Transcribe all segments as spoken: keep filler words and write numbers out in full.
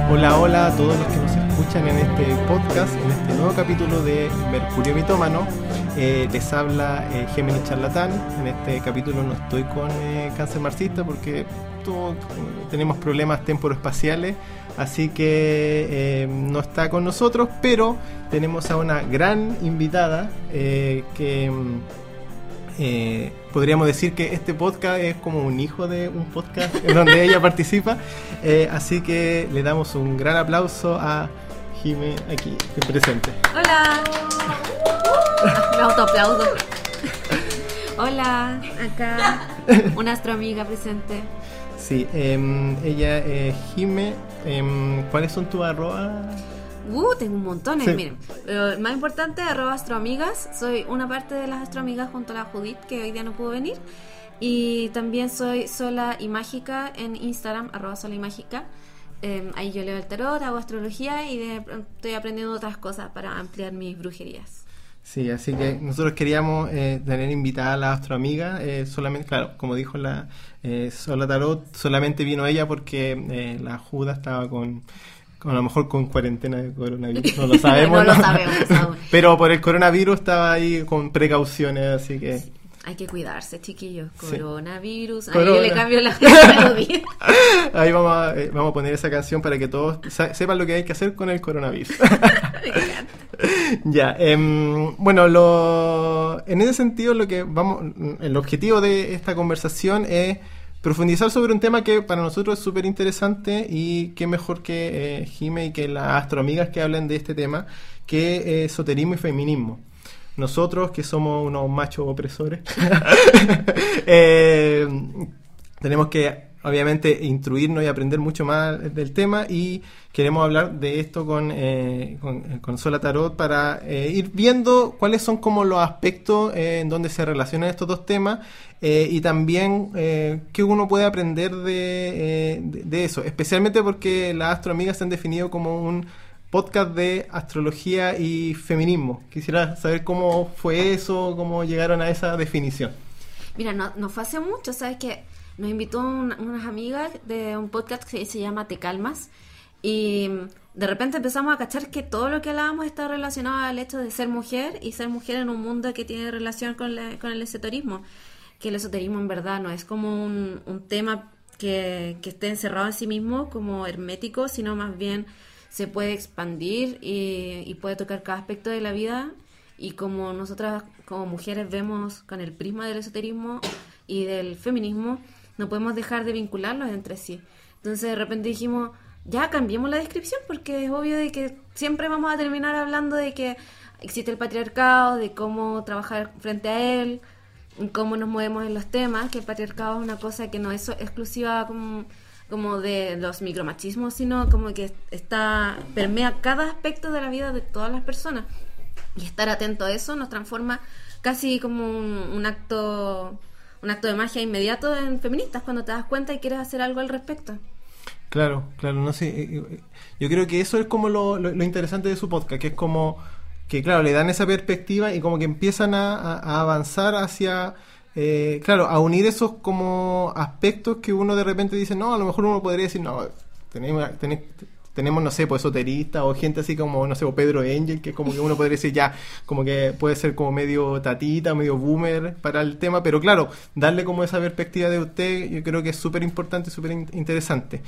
Hola, hola a todos los que nos escuchan en este podcast, en este nuevo capítulo de Mercurio Mitómano. Eh, les habla eh, Géminis Charlatán. En este capítulo no estoy con eh, Cáncer Marxista porque todo, tenemos problemas temporoespaciales, así que eh, no está con nosotros, pero tenemos a una gran invitada eh, que... Eh, podríamos decir que este podcast es como un hijo de un podcast en donde ella participa, eh, así que le damos un gran aplauso a Jime aquí presente. Hola. Me autoaplaudo. Hola, acá una astroamiga presente. Sí, eh, ella es Jime. Eh, ¿Cuáles son tus arrobas? Uh, tengo un montón, Sí. miren. Pero el más importante, arroba astroamigas. Soy una parte de las astroamigas junto a la Judith, que hoy día no pudo venir. Y también soy Sola y Mágica en Instagram, arroba Sola y Mágica. Eh, ahí yo leo el tarot, hago astrología y de, estoy aprendiendo otras cosas para ampliar mis brujerías. Sí, así que nosotros queríamos eh, tener invitada a la astroamiga, eh, solamente, claro, como dijo la eh, Sola Tarot, solamente vino ella porque eh, la Juda estaba con... a lo mejor con cuarentena de coronavirus, no lo sabemos. No lo ¿no? sabemos aún. Pero por el coronavirus estaba ahí con precauciones, así que... Sí, hay que cuidarse, chiquillos. Coronavirus. Sí. Ahí Corona. yo le cambio la melodía. Ahí vamos a, eh, vamos a poner esa canción para que todos sa- sepan lo que hay que hacer con el coronavirus. Me encanta. Ya, em, bueno, lo, en ese sentido, lo que vamos, el objetivo de esta conversación es profundizar sobre un tema que para nosotros es súper interesante y qué mejor que eh, Jime y que las astroamigas que hablen de este tema, que es esoterismo y feminismo. Nosotros, que somos unos machos opresores, eh, tenemos que obviamente instruirnos y aprender mucho más del tema, y queremos hablar de esto con, eh, con, con Sola Tarot para eh, ir viendo cuáles son como los aspectos eh, en donde se relacionan estos dos temas, eh, y también eh, qué uno puede aprender de, eh, de, de eso, especialmente porque las astroamigas se han definido como un podcast de astrología y feminismo. Quisiera saber cómo fue eso, cómo llegaron a esa definición. Mira, no, no fue hace mucho, ¿sabes qué? Nos invitó un, unas amigas de un podcast que se llama Te Calmas, y de repente empezamos a cachar que todo lo que hablábamos está relacionado al hecho de ser mujer y ser mujer en un mundo que tiene relación con, la, con el esoterismo. Que el esoterismo en verdad no es como un, un tema que, que esté encerrado en sí mismo como hermético, sino más bien se puede expandir y, y puede tocar cada aspecto de la vida, y como nosotras como mujeres vemos con el prisma del esoterismo y del feminismo, no podemos dejar de vincularlos entre sí. Entonces de repente dijimos, ya cambiemos la descripción, porque es obvio de que siempre vamos a terminar hablando de que existe el patriarcado, de cómo trabajar frente a él, cómo nos movemos en los temas, que el patriarcado es una cosa que no es exclusiva como, como de los micromachismos, sino como que está permea cada aspecto de la vida de todas las personas. Y estar atento a eso nos transforma casi como un, un acto un acto de magia inmediato en feministas, cuando te das cuenta y quieres hacer algo al respecto. Claro, claro, no sé. Yo creo que eso es como lo, lo, lo interesante de su podcast, que es como que, claro, le dan esa perspectiva y como que empiezan a, a, a avanzar hacia, eh, claro, a unir esos como aspectos que uno de repente dice, no, a lo mejor uno podría decir, no, tenemos, tenemos, tenemos no sé, pues esoteristas o gente así como, no sé, o Pedro Angel, que como que uno podría decir ya, como que puede ser como medio tatita, medio boomer para el tema, pero claro, darle como esa perspectiva de usted, yo creo que es súper importante, súper in- interesante.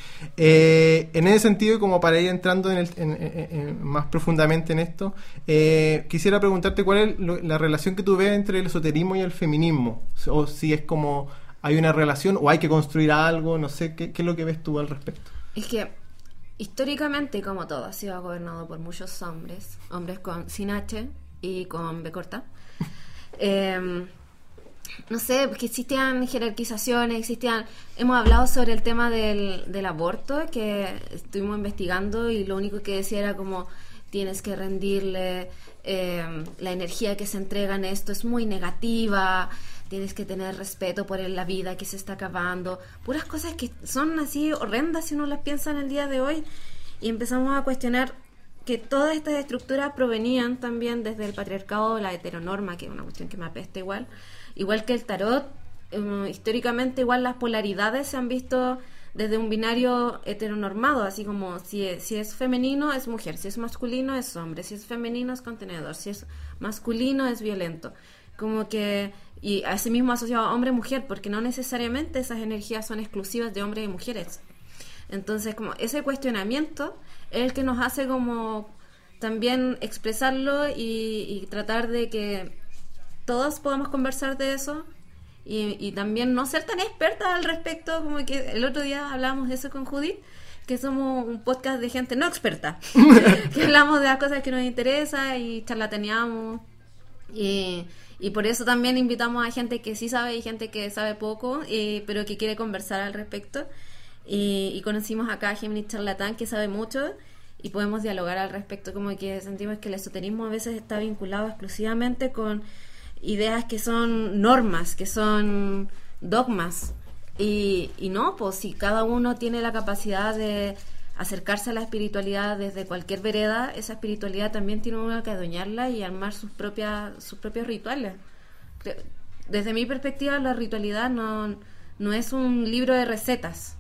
Eh, en ese sentido, y como para ir entrando en el, en, en, en, más profundamente en esto, eh, quisiera preguntarte cuál es lo, la relación que tú ves entre el esoterismo y el feminismo, o si es como hay una relación o hay que construir algo, no sé, ¿qué, qué es lo que ves tú al respecto? Es que históricamente, como todo, ha sido gobernado por muchos hombres, hombres con sin H y con B corta. Eh, no sé, que existían jerarquizaciones, existían... Hemos hablado sobre el tema del, del aborto, que estuvimos investigando, y lo único que decía era como tienes que rendirle, eh, la energía que se entrega en esto es muy negativa, tienes que tener respeto por la vida que se está acabando, puras cosas que son así horrendas si uno las piensa en el día de hoy. Y empezamos a cuestionar que todas estas estructuras provenían también desde el patriarcado, la heteronorma, que es una cuestión que me apesta igual, igual que el tarot. Um, históricamente igual las polaridades se han visto desde un binario heteronormado, así como si es, si es femenino es mujer, si es masculino es hombre, si es femenino es contenedor, si es masculino es violento. Como que, y así mismo asociado a hombre-mujer, porque no necesariamente esas energías son exclusivas de hombres y mujeres. Entonces, como ese cuestionamiento es el que nos hace como también expresarlo y, y tratar de que todos podamos conversar de eso y, y también no ser tan expertas al respecto, como que el otro día hablábamos de eso con Judith, que somos un podcast de gente no experta, que hablamos de las cosas que nos interesan y charlataneamos y... Y por eso también invitamos a gente que sí sabe y gente que sabe poco, eh, pero que quiere conversar al respecto. Y, y conocimos acá a Géminis Charlatán, que sabe mucho, y podemos dialogar al respecto. Como que sentimos que el esoterismo a veces está vinculado exclusivamente con ideas que son normas, que son dogmas. Y, y no, pues si cada uno tiene la capacidad de acercarse a la espiritualidad desde cualquier vereda, esa espiritualidad también tiene uno que adueñarla y armar sus propias sus propios rituales. Desde mi perspectiva, la ritualidad no, no es un libro de recetas.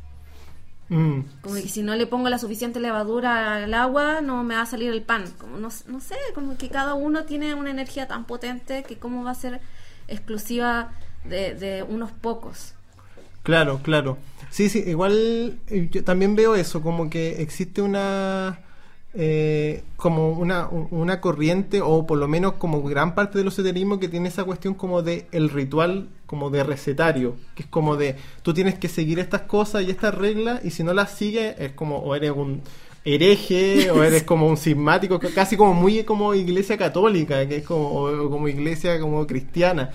Mm. Como que si no le pongo la suficiente levadura al agua, no me va a salir el pan. Como no, no sé, como que cada uno tiene una energía tan potente que cómo va a ser exclusiva de, de unos pocos. Claro, claro. Sí, sí, igual yo también veo eso, como que existe una eh, como una, una corriente, o por lo menos como gran parte del esoterismo, que tiene esa cuestión como de el ritual, como de recetario, que es como de tú tienes que seguir estas cosas y estas reglas, y si no las sigues es como o eres un hereje o eres como un cismático, casi como muy como iglesia católica, que es como o, o como iglesia como cristiana.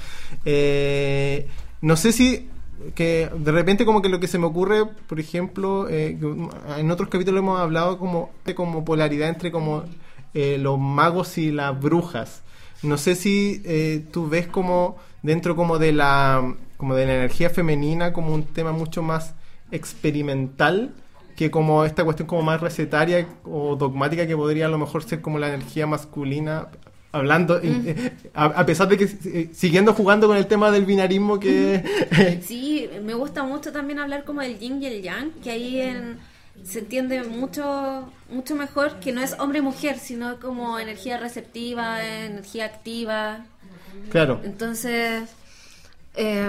Eh, no sé si que de repente como que lo que se me ocurre, por ejemplo, eh, en otros capítulos hemos hablado como de como polaridad entre como eh, los magos y las brujas. No sé si eh, tú ves como dentro como de la como de la energía femenina como un tema mucho más experimental que como esta cuestión como más recetaria o dogmática que podría a lo mejor ser como la energía masculina. Hablando, mm. a, a pesar de que eh, siguiendo jugando con el tema del binarismo que... Sí, me gusta mucho también hablar como del yin y el yang, que ahí en, se entiende mucho mucho mejor que no es hombre y mujer, sino como energía receptiva, energía activa. Claro. Entonces, eh,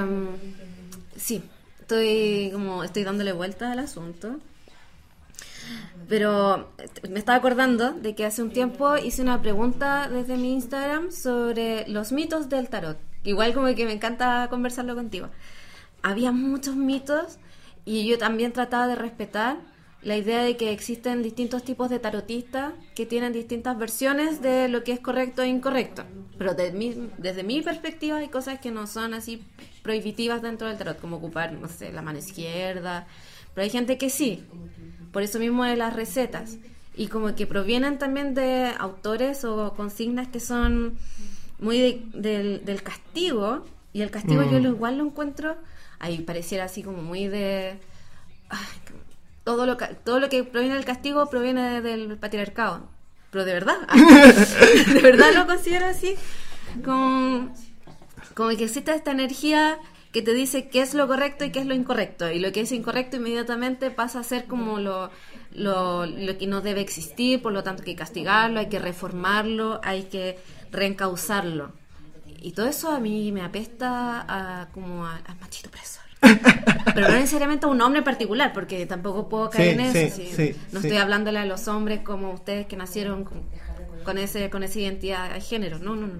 sí, estoy como estoy dándole vueltas al asunto. Pero me estaba acordando de que hace un tiempo hice una pregunta desde mi Instagram sobre los mitos del tarot. Igual como que me encanta conversarlo contigo. Había muchos mitos y yo también trataba de respetar la idea de que existen distintos tipos de tarotistas que tienen distintas versiones de lo que es correcto e incorrecto. Pero de mi, desde mi perspectiva hay cosas que no son así prohibitivas dentro del tarot, como ocupar, no sé, la mano izquierda. Pero hay gente que sí. Por eso mismo de las recetas. Y como que provienen también de autores o consignas que son muy de, de, del castigo. Y el castigo mm. yo lo, igual lo encuentro, ahí pareciera así como muy de... Ay, todo, lo, todo lo que proviene del castigo proviene de, del patriarcado. Pero de verdad, de verdad lo considero así. Como, como que existe esta energía que te dice qué es lo correcto y qué es lo incorrecto, y lo que es incorrecto inmediatamente pasa a ser como lo, lo, lo que no debe existir, por lo tanto hay que castigarlo, hay que reformarlo, hay que reencauzarlo, y todo eso a mí me apesta a, como a, a machito opresor, pero no necesariamente a un hombre en particular, porque tampoco puedo caer sí, en eso, sí, sí, no sí. Estoy hablándole a los hombres como ustedes que nacieron con, con, ese, con esa identidad de género, no, no, no.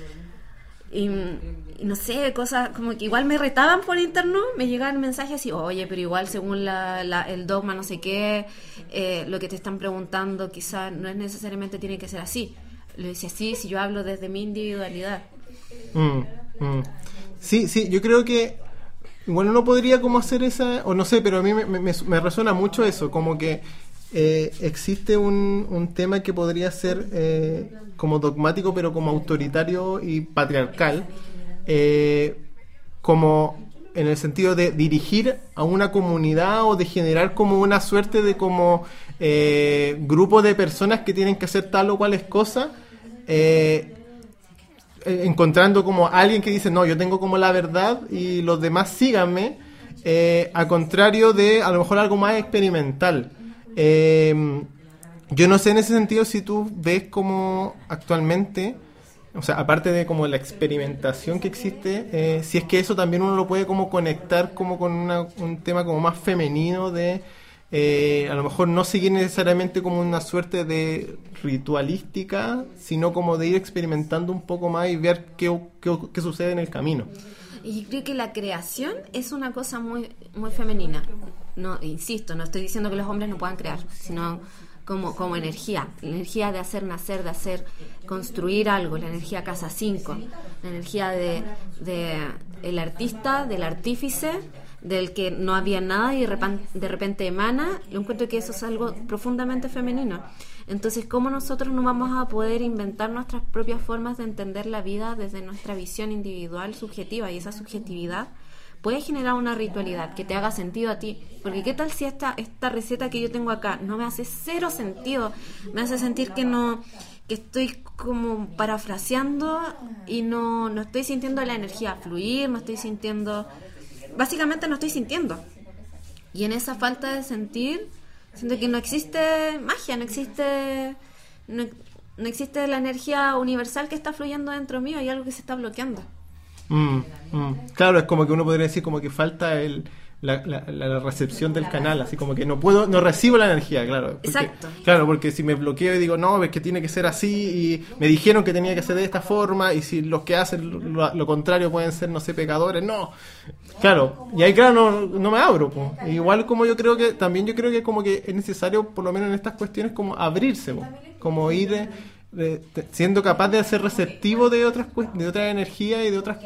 Y, y no sé, cosas como que igual me retaban por interno, me llegaban mensajes así, oye, pero igual según la, la, el dogma no sé qué, eh, lo que te están preguntando quizás no es necesariamente tiene que ser así. Le decía, sí, si yo hablo desde mi individualidad. Mm, mm. Sí, sí, yo creo que igual uno podría como hacer esa, o no sé, pero a mí me, me, me resuena mucho eso, como que eh, existe un, un tema que podría ser eh, como dogmático, pero como autoritario y patriarcal, eh, como en el sentido de dirigir a una comunidad o de generar como una suerte de como eh, grupo de personas que tienen que hacer tal o cuales cosas, eh, encontrando como alguien que dice, no, yo tengo como la verdad y los demás síganme. eh, a contrario de a lo mejor algo más experimental. Eh, yo no sé en ese sentido si tú ves como actualmente, o sea, aparte de como la experimentación que existe, eh, si es que eso también uno lo puede como conectar como con una, un tema como más femenino de eh, a lo mejor no seguir necesariamente como una suerte de ritualística, sino como de ir experimentando un poco más y ver qué, qué, qué sucede en el camino. Y creo que la creación es una cosa muy muy femenina. No, insisto, no estoy diciendo que los hombres no puedan crear, sino como, como energía, la energía de hacer nacer, de hacer construir algo, la energía casa cinco, la energía de, de el artista, del artífice, del que no había nada y de repente, de repente emana. Yo encuentro que eso es algo profundamente femenino. Entonces, ¿cómo nosotros no vamos a poder inventar nuestras propias formas de entender la vida desde nuestra visión individual, subjetiva? Y esa subjetividad puede generar una ritualidad que te haga sentido a ti. Porque ¿qué tal si esta, esta receta que yo tengo acá no me hace cero sentido? Me hace sentir que no, que estoy como parafraseando y no, no estoy sintiendo la energía fluir, no estoy sintiendo... Básicamente no estoy sintiendo. Y en esa falta de sentir, siento que no existe magia, no existe no, no existe la energía universal que está fluyendo dentro mío, hay algo que se está bloqueando. Mm, mm. Claro, es como que uno podría decir como que falta el la, la, la recepción del canal, así como que no puedo, no recibo la energía, claro. Porque, exacto. Claro, porque si me bloqueo y digo, no, es que tiene que ser así, y me dijeron que tenía que ser de esta forma, y si los que hacen lo, lo contrario pueden ser, no sé, pecadores, no. Claro, y ahí claro, no, no me abro, po. Igual como yo creo que, también yo creo que como que es necesario, por lo menos en estas cuestiones, como abrirse, po. Como ir... Eh, De, de, siendo capaz de ser receptivo de otras de otras energías y de otras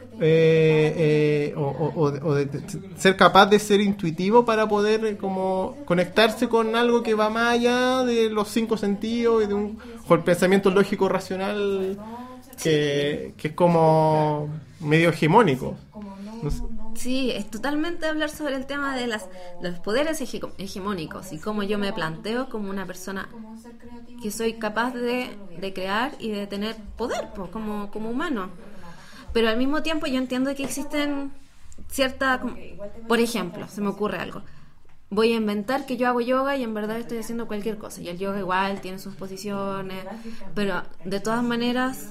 eh, eh, o, o, o de, de ser capaz de ser intuitivo para poder eh, como conectarse con algo que va más allá de los cinco sentidos y de un o el pensamiento lógico racional que, que es como medio hegemónico. No sé. Sí, es totalmente hablar sobre el tema de las los poderes hege- hegemónicos y cómo yo me planteo como una persona que soy capaz de, de crear y de tener poder, pues, como, como humano. Pero al mismo tiempo yo entiendo que existen ciertas... Por ejemplo, se me ocurre algo. Voy a inventar que yo hago yoga y en verdad estoy haciendo cualquier cosa. Y el yoga igual tiene sus posiciones, pero de todas maneras...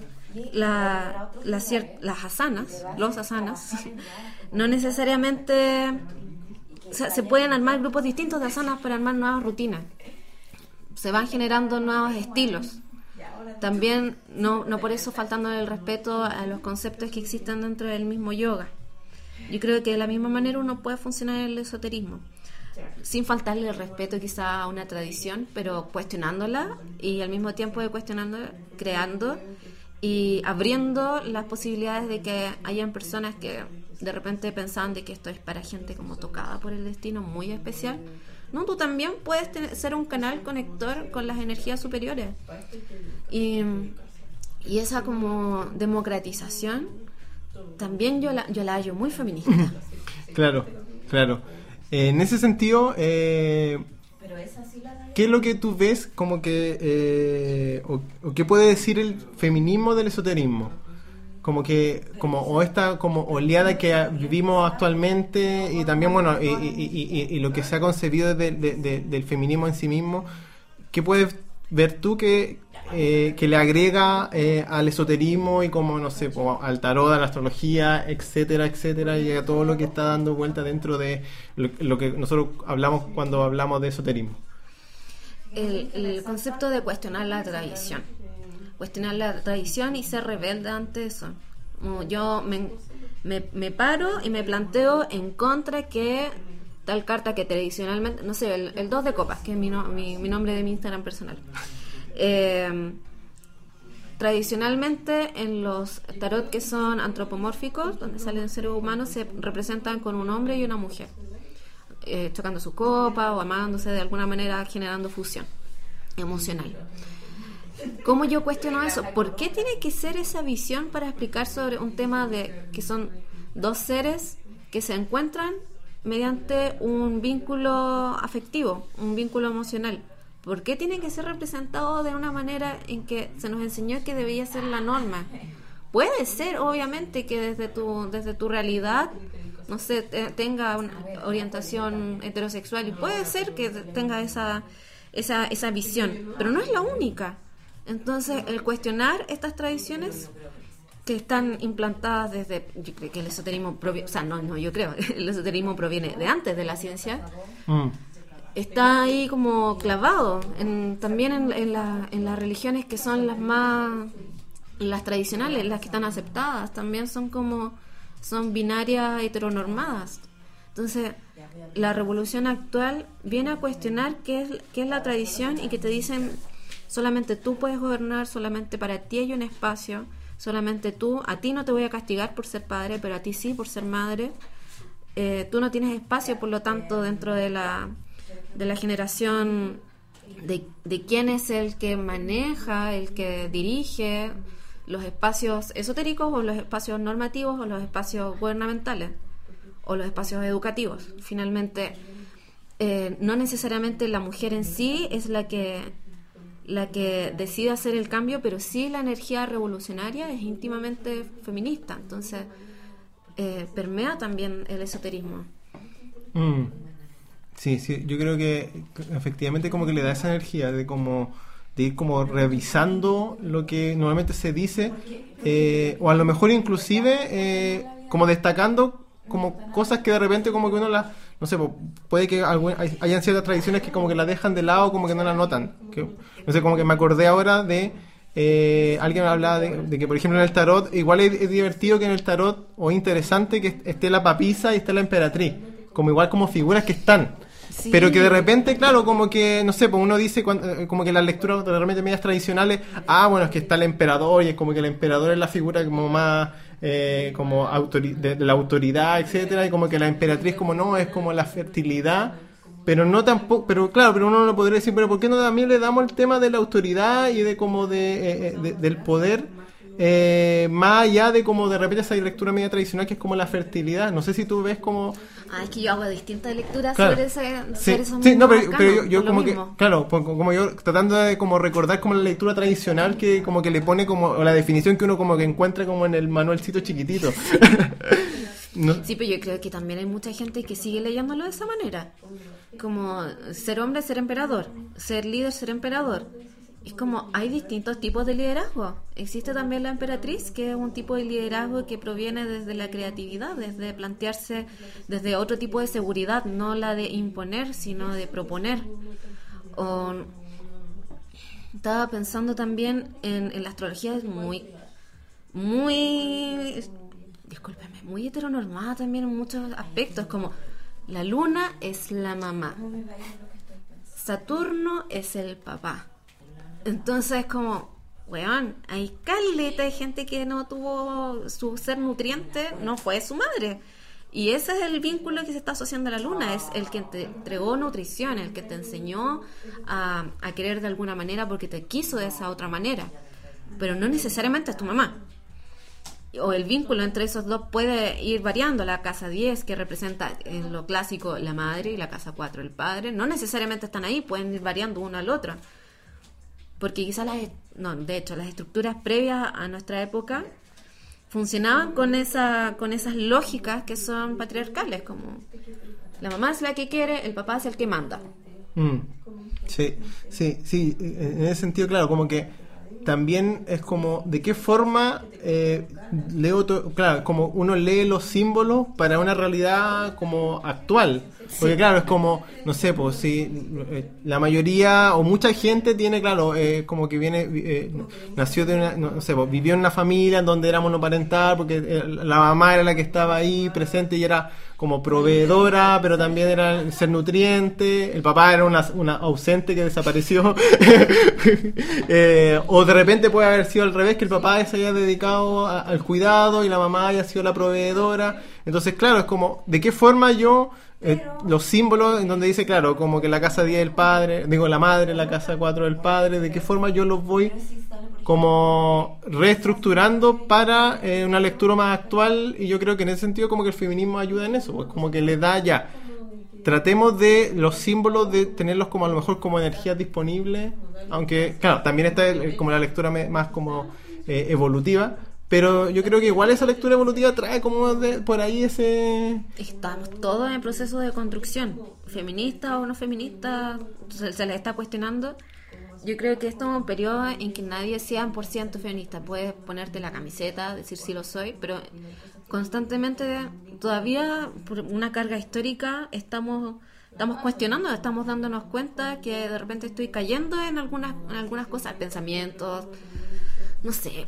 La, la cier- las asanas, los asanas, no necesariamente, o sea, se pueden armar grupos distintos de asanas para armar nuevas rutinas. Se van generando nuevos estilos. También no, no por eso faltando el respeto a los conceptos que existen dentro del mismo yoga. Yo creo que de la misma manera uno puede funcionar en el esoterismo, sin faltarle el respeto quizá a una tradición, pero cuestionándola y al mismo tiempo de cuestionando, creando y abriendo las posibilidades de que hayan personas que de repente pensaban de que esto es para gente como tocada por el destino muy especial. No, tú también puedes tener, ser un canal conector con las energías superiores. Y, y esa como democratización también yo la, yo la hallo muy feminista. Claro, claro. Eh, en ese sentido, eh, ¿qué es lo que tú ves como que, eh, o, o qué puede decir el feminismo del esoterismo? Como que, como, o esta como oleada que vivimos actualmente y también, bueno, y, y, y, y lo que se ha concebido de, de, de, del feminismo en sí mismo, ¿qué puedes ver tú que, eh, que le agrega eh, al esoterismo y como, no sé, pues, al tarot, a la astrología, etcétera, etcétera, y a todo lo que está dando vuelta dentro de lo, lo que nosotros hablamos cuando hablamos de esoterismo? El, el concepto de cuestionar la tradición. Cuestionar la tradición y ser rebelde ante eso. Como yo me, me, me paro y me planteo en contra que tal carta que tradicionalmente, no sé, el, el dos de copas, que es mi, no, mi, mi nombre de mi Instagram personal. Eh, tradicionalmente en los tarot que son antropomórficos, donde salen seres humanos, se representan con un hombre y una mujer, eh, chocando su copa o amándose de alguna manera, generando fusión emocional. ¿Cómo yo cuestiono eso? ¿Por qué tiene que ser esa visión para explicar sobre un tema de que son dos seres que se encuentran mediante un vínculo afectivo, un vínculo emocional? ¿Por qué tiene que ser representado de una manera en que se nos enseñó que debía ser la norma? Puede ser, obviamente, que desde tu, desde tu realidad no sé, te- tenga una orientación heterosexual y puede ser que tenga esa, esa, esa visión, pero no es la única. Entonces, el cuestionar estas tradiciones que están implantadas desde, yo creo que el esoterismo proviene, o sea, no, no, yo creo, el esoterismo proviene de antes de la ciencia, Mm. está ahí como clavado, en, también en, en, la- en las religiones que son las más, las tradicionales, las que están aceptadas, también son como, son binarias heteronormadas. Entonces, la revolución actual viene a cuestionar qué es, qué es la tradición y que te dicen, solamente tú puedes gobernar, solamente para ti hay un espacio, solamente tú, a ti no te voy a castigar por ser padre, pero a ti sí por ser madre. Eh, tú no tienes espacio, por lo tanto, dentro de la, de la generación de, de quién es el que maneja, el que dirige los espacios esotéricos o los espacios normativos o los espacios gubernamentales o los espacios educativos. Finalmente, eh, no necesariamente la mujer en sí es la que la que decide hacer el cambio, pero sí la energía revolucionaria es íntimamente feminista. Entonces, eh, permea también el esoterismo. Mm. Sí, sí, yo creo que efectivamente como que le da esa energía de como de ir como revisando lo que normalmente se dice, eh, o a lo mejor inclusive eh, como destacando como cosas que de repente como que uno las, no sé, po- puede que algún, hay- hayan ciertas tradiciones que como que las dejan de lado, como que no las notan. Que, no sé, como que me acordé ahora de eh, alguien hablaba de, de que por ejemplo en el tarot, igual es, es divertido que en el tarot, o interesante que esté la papisa y esté la emperatriz, como igual como figuras que están. Sí. Pero que de repente, claro, como que, no sé, pues uno dice, cuando, eh, como que las lecturas de repente medias tradicionales, ah, bueno, es que está el emperador y es como que el emperador es la figura como más, eh, como autori- de, de la autoridad, etcétera, y como que la emperatriz como no, es como la fertilidad, pero no tampoco, pero claro, pero uno no podría decir, pero ¿por qué no también le damos el tema de la autoridad y de como de, eh, eh, de- del poder? Eh, más allá de como de repente esa lectura media tradicional que es como la fertilidad, no sé si tú ves como Ah, es que yo hago distintas lecturas claro. sobre ese, Sí, sobre esos sí, no, mismos pero, pero yo, arcanos, yo por lo como que, mismo. claro, pues, como yo tratando de como recordar como la lectura tradicional que como que le pone como, o la definición que uno como que encuentra como en el manualcito chiquitito. No- Sí, pero yo creo que también hay mucha gente que sigue leyéndolo de esa manera. Como ser hombre, ser emperador. Ser líder, ser emperador. Es como, hay distintos tipos de liderazgo. Existe también la emperatriz, que es un tipo de liderazgo que proviene desde la creatividad, desde plantearse desde otro tipo de seguridad, no la de imponer, sino de proponer. O, estaba pensando también en, en la astrología, es muy, muy, discúlpeme, muy heteronormada también en muchos aspectos, como la luna es la mamá, Saturno es el papá. Entonces, como, weón, hay caleta de gente que no tuvo su ser nutriente, no fue su madre. Y ese es el vínculo que se está asociando a la luna, es el que te entregó nutrición, el que te enseñó a, a querer de alguna manera porque te quiso de esa otra manera. Pero no necesariamente es tu mamá. O el vínculo entre esos dos puede ir variando. La casa diez, que representa en lo clásico la madre, y la casa cuatro el padre, no necesariamente están ahí, pueden ir variando uno al otro. Porque quizás las, no, de hecho, las estructuras previas a nuestra época funcionaban con esa, con esas lógicas que son patriarcales, como la mamá es la que quiere, el papá es el que manda. Mm. Sí, sí, sí, en ese sentido, claro, como que también es como de qué forma eh, leo, to- claro, como uno lee los símbolos para una realidad como actual. Porque claro, es como, no sé, pues si eh, la mayoría o mucha gente tiene, claro, eh, como que viene, eh, nació de una, no sé, pues, vivió en una familia en donde era monoparental, porque eh, la mamá era la que estaba ahí presente y era como proveedora, pero también era el ser nutriente, el papá era una, una ausente que desapareció, eh, o de repente puede haber sido al revés, que el papá se haya dedicado a- al cuidado y la mamá haya sido la proveedora. Entonces, claro, es como, ¿de qué forma yo, eh, los símbolos en donde dice, claro, como que la casa diez el padre, digo la madre, la casa cuatro el padre, ¿de qué forma yo los voy como reestructurando para eh, una lectura más actual? Y yo creo que en ese sentido como que el feminismo ayuda en eso, pues como que le da ya, tratemos de los símbolos de tenerlos como a lo mejor como energías disponibles, aunque claro, también está el- el- como la lectura me- más como eh, evolutiva, pero yo creo que igual esa lectura evolutiva trae como de, por ahí ese... Estamos todos en proceso de construcción, feminista o no feminista, se, se les está cuestionando. Yo creo que esto es un periodo en que nadie es cien por ciento feminista. Puedes ponerte la camiseta, decir sí lo soy, pero constantemente, todavía por una carga histórica, estamos estamos cuestionando, estamos dándonos cuenta que de repente estoy cayendo en algunas en algunas cosas, pensamientos, no sé.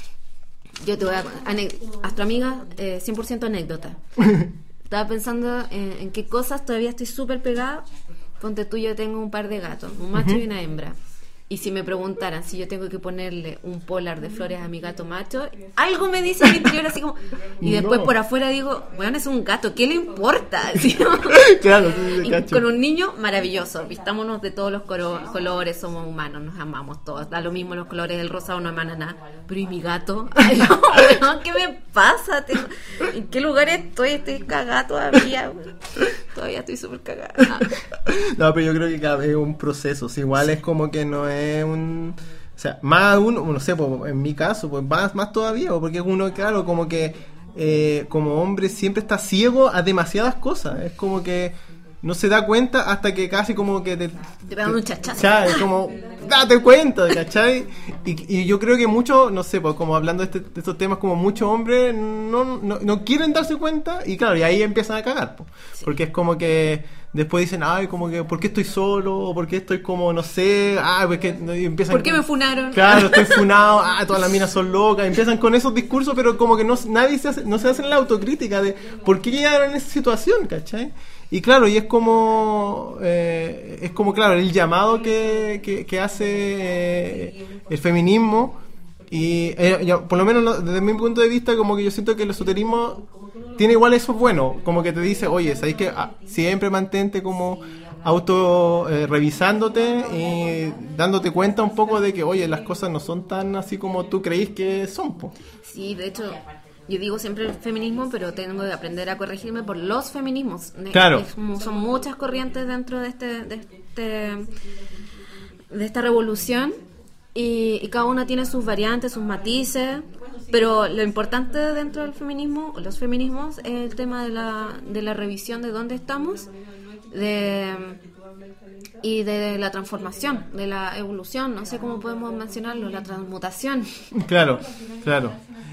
Yo te voy a... Ane- Astroamiga, eh, cien por ciento anécdota. Estaba pensando en, en qué cosas todavía estoy súper pegada. Ponte tú, yo tengo un par de gatos, un macho uh-huh. y una hembra. Y si me preguntaran si yo tengo que ponerle un polar de flores a mi gato macho, algo me dice en mi interior así como... Y después no. por afuera digo, bueno, es un gato, ¿qué le importa? ¿Sí? Claro, sí, y con un niño, maravilloso. Vistámonos de todos los coro- colores, somos humanos, nos amamos todos. Da lo mismo los colores del rosado, no emana nada. Pero ¿y mi gato? Ay, no, no, ¿qué me pasa? Tengo... ¿En qué lugar estoy? Estoy cagada todavía. Todavía estoy súper cagada. No, pero yo creo que cada vez es un proceso. Si igual es como que no es un... O sea, más uno, no sé, pues, en mi caso, pues más, más todavía, porque uno, claro, como que eh, como hombre siempre está ciego a demasiadas cosas. Es como que no se da cuenta hasta que casi como que te... Te pegan un chachazo. Es como, date cuenta, ¿cachai? Y, y yo creo que muchos, no sé, pues como hablando de, este, de estos temas, como muchos hombres no, no, no quieren darse cuenta y claro, y ahí empiezan a cagar, pues, sí. Porque es como que... Después dicen, ay, como que, ¿por qué estoy solo? ¿O por qué estoy como, no sé? Ah, pues que empiezan... ¿Por qué me funaron? Claro, estoy funado, ah, todas las minas son locas. Empiezan con esos discursos, pero como que no nadie se hace, no se hace la autocrítica de por qué llegaron en esa situación, ¿cachai? Y claro, y es como, eh, es como, claro, el llamado que, que, que hace eh, el feminismo. Y eh, ya, por lo menos no, desde mi punto de vista, como que yo siento que el esoterismo tiene igual eso bueno, como que te dice, oye, ¿sabes qué? Ah, siempre mantente como auto eh, revisándote y dándote cuenta un poco de que, oye, las cosas no son tan así como tú creís que son, po. Sí, de hecho, yo digo siempre el feminismo, pero tengo que aprender a corregirme por los feminismos. Claro. Es, son muchas corrientes dentro de este, de este, de esta revolución. Y, y cada una tiene sus variantes, sus matices, pero lo importante dentro del feminismo, los feminismos, es el tema de la, de la revisión de dónde estamos de, y de la transformación, de la evolución, no sé cómo podemos mencionarlo, la transmutación. Claro, claro.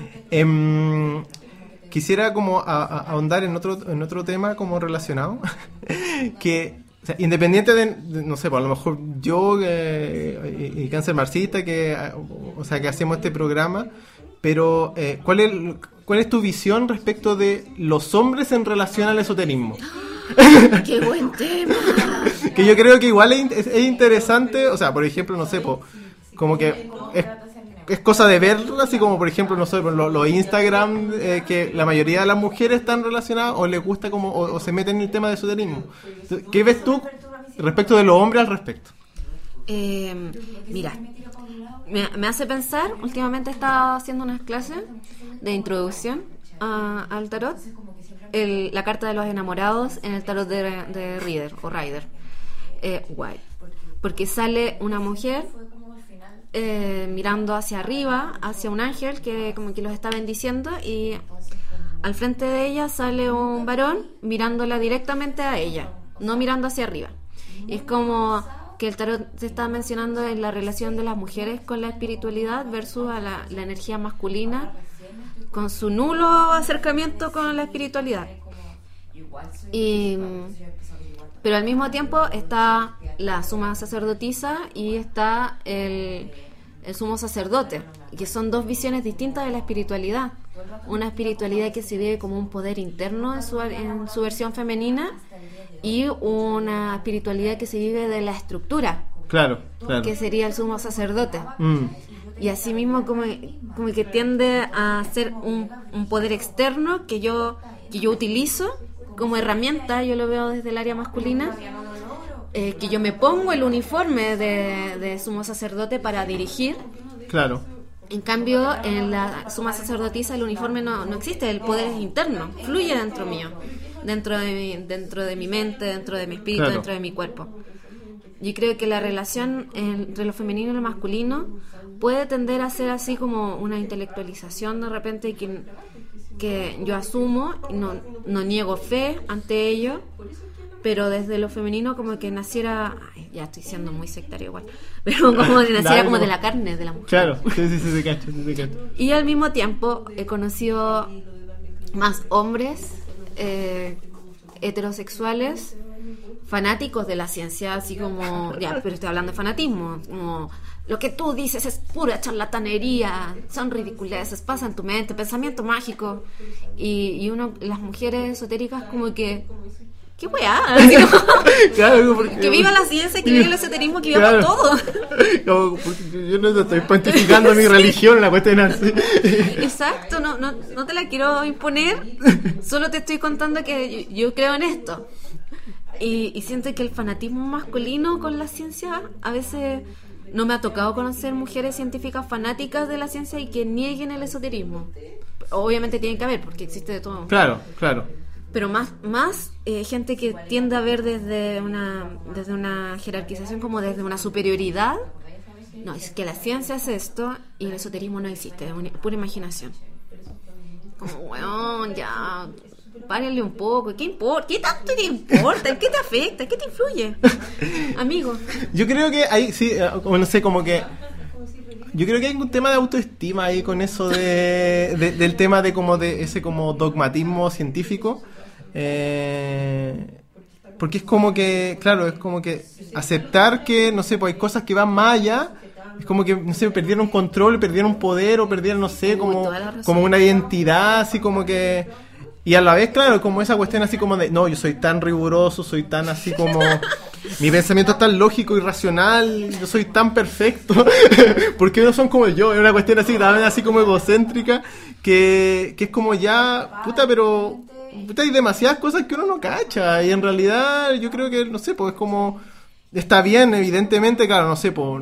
Eh, quisiera como a, a, ahondar en otro, en otro tema como relacionado, que... O sea, independiente de, de, no sé, pues a lo mejor yo eh, y, y Cáncer Marxista, que, o sea, que hacemos este programa, pero eh, ¿cuál es cuál es tu visión respecto de los hombres en relación al esoterismo? ¡Qué buen tema! Que yo creo que igual es, es, es interesante, o sea, por ejemplo, no sé, pues, como que es, es cosa de verlo, así como por ejemplo, no sé, los lo Instagram, eh, que la mayoría de las mujeres están relacionadas o les gusta como, o, o se meten en el tema del esoterismo. ¿Qué ves tú respecto de los hombres al respecto? Eh, mira, me, me hace pensar, últimamente he estado haciendo unas clases de introducción a, al tarot, el, la carta de los enamorados en el tarot de, de Rider o Rider. Eh, guay, porque sale una mujer Eh, mirando hacia arriba, hacia un ángel que como que los está bendiciendo, y al frente de ella sale un varón mirándola directamente a ella, no mirando hacia arriba. Y es como que el tarot se está mencionando en la relación de las mujeres con la espiritualidad versus a la, la energía masculina con su nulo acercamiento con la espiritualidad. Y, pero al mismo tiempo está la suma sacerdotisa y está el, el sumo sacerdote, que son dos visiones distintas de la espiritualidad. Una espiritualidad que se vive como un poder interno en su, en su versión femenina, y una espiritualidad que se vive de la estructura, claro, claro, que sería el sumo sacerdote. Mm. Y así mismo como, como que tiende a ser un, un poder externo que yo, que yo utilizo como herramienta, yo lo veo desde el área masculina, eh, que yo me pongo el uniforme de, de sumo sacerdote para dirigir. Claro. En cambio, en la suma sacerdotisa el uniforme no, no existe, el poder es interno, fluye dentro mío, dentro de mi, dentro de mi mente, dentro de mi espíritu, claro, dentro de mi cuerpo. yo creo que la relación entre lo femenino y lo masculino puede tender a ser así como una intelectualización de repente que, que yo asumo, no, no niego fe ante ello, pero desde lo femenino como que naciera, ay, ya estoy siendo muy sectario igual, pero como que naciera como de la carne de la mujer. Claro, sí, sí, sí, se cacha, sí, se cacha. Y al mismo tiempo he conocido más hombres eh, heterosexuales fanáticos de la ciencia, así como, ya, pero estoy hablando de fanatismo, como lo que tú dices es pura charlatanería, son ridiculeces, pasa en tu mente, pensamiento mágico, y, y uno, las mujeres esotéricas como que, qué weá, así como, Claro, porque, que viva la ciencia, que viva el esoterismo, que viva claro, todo. Como, porque yo no estoy pontificando mi religión, la cuestión es así. Exacto, no, no, no te la quiero imponer, solo te estoy contando que yo, yo creo en esto. Y, y siento que el fanatismo masculino con la ciencia, a veces no me ha tocado conocer mujeres científicas fanáticas de la ciencia y que nieguen el esoterismo. Obviamente tiene que haber, porque existe de todo. Claro, claro. Pero más, más eh, gente que tiende a ver desde una, desde una jerarquización, como desde una superioridad. No, es que la ciencia es esto y el esoterismo no existe, es una, pura imaginación. Como, weón, ya, párenle un poco, ¿qué importa? ¿Qué tanto te importa? ¿Qué te afecta? ¿Qué te influye? Amigo. Yo creo que ahí, sí, no sé, como que yo creo que hay un tema de autoestima ahí con eso de, de del tema de como de ese como dogmatismo científico. Eh, porque es como que, claro, es como que aceptar que, no sé, pues hay cosas que van más allá. Es como que, no sé, perdieron control, perdieron poder o perdieron, no sé, como, como una identidad, así como que... Y a la vez, claro, como esa cuestión así como de, no, yo soy tan riguroso, soy tan así como... Mi pensamiento es tan lógico y racional, yo soy tan perfecto. Porque no son como yo, es una cuestión así, también así como egocéntrica, que, que es como ya, puta, pero... Puta, hay demasiadas cosas que uno no cacha. Y en realidad, yo creo que, no sé, pues es como... Está bien, evidentemente, claro, no sé, pues...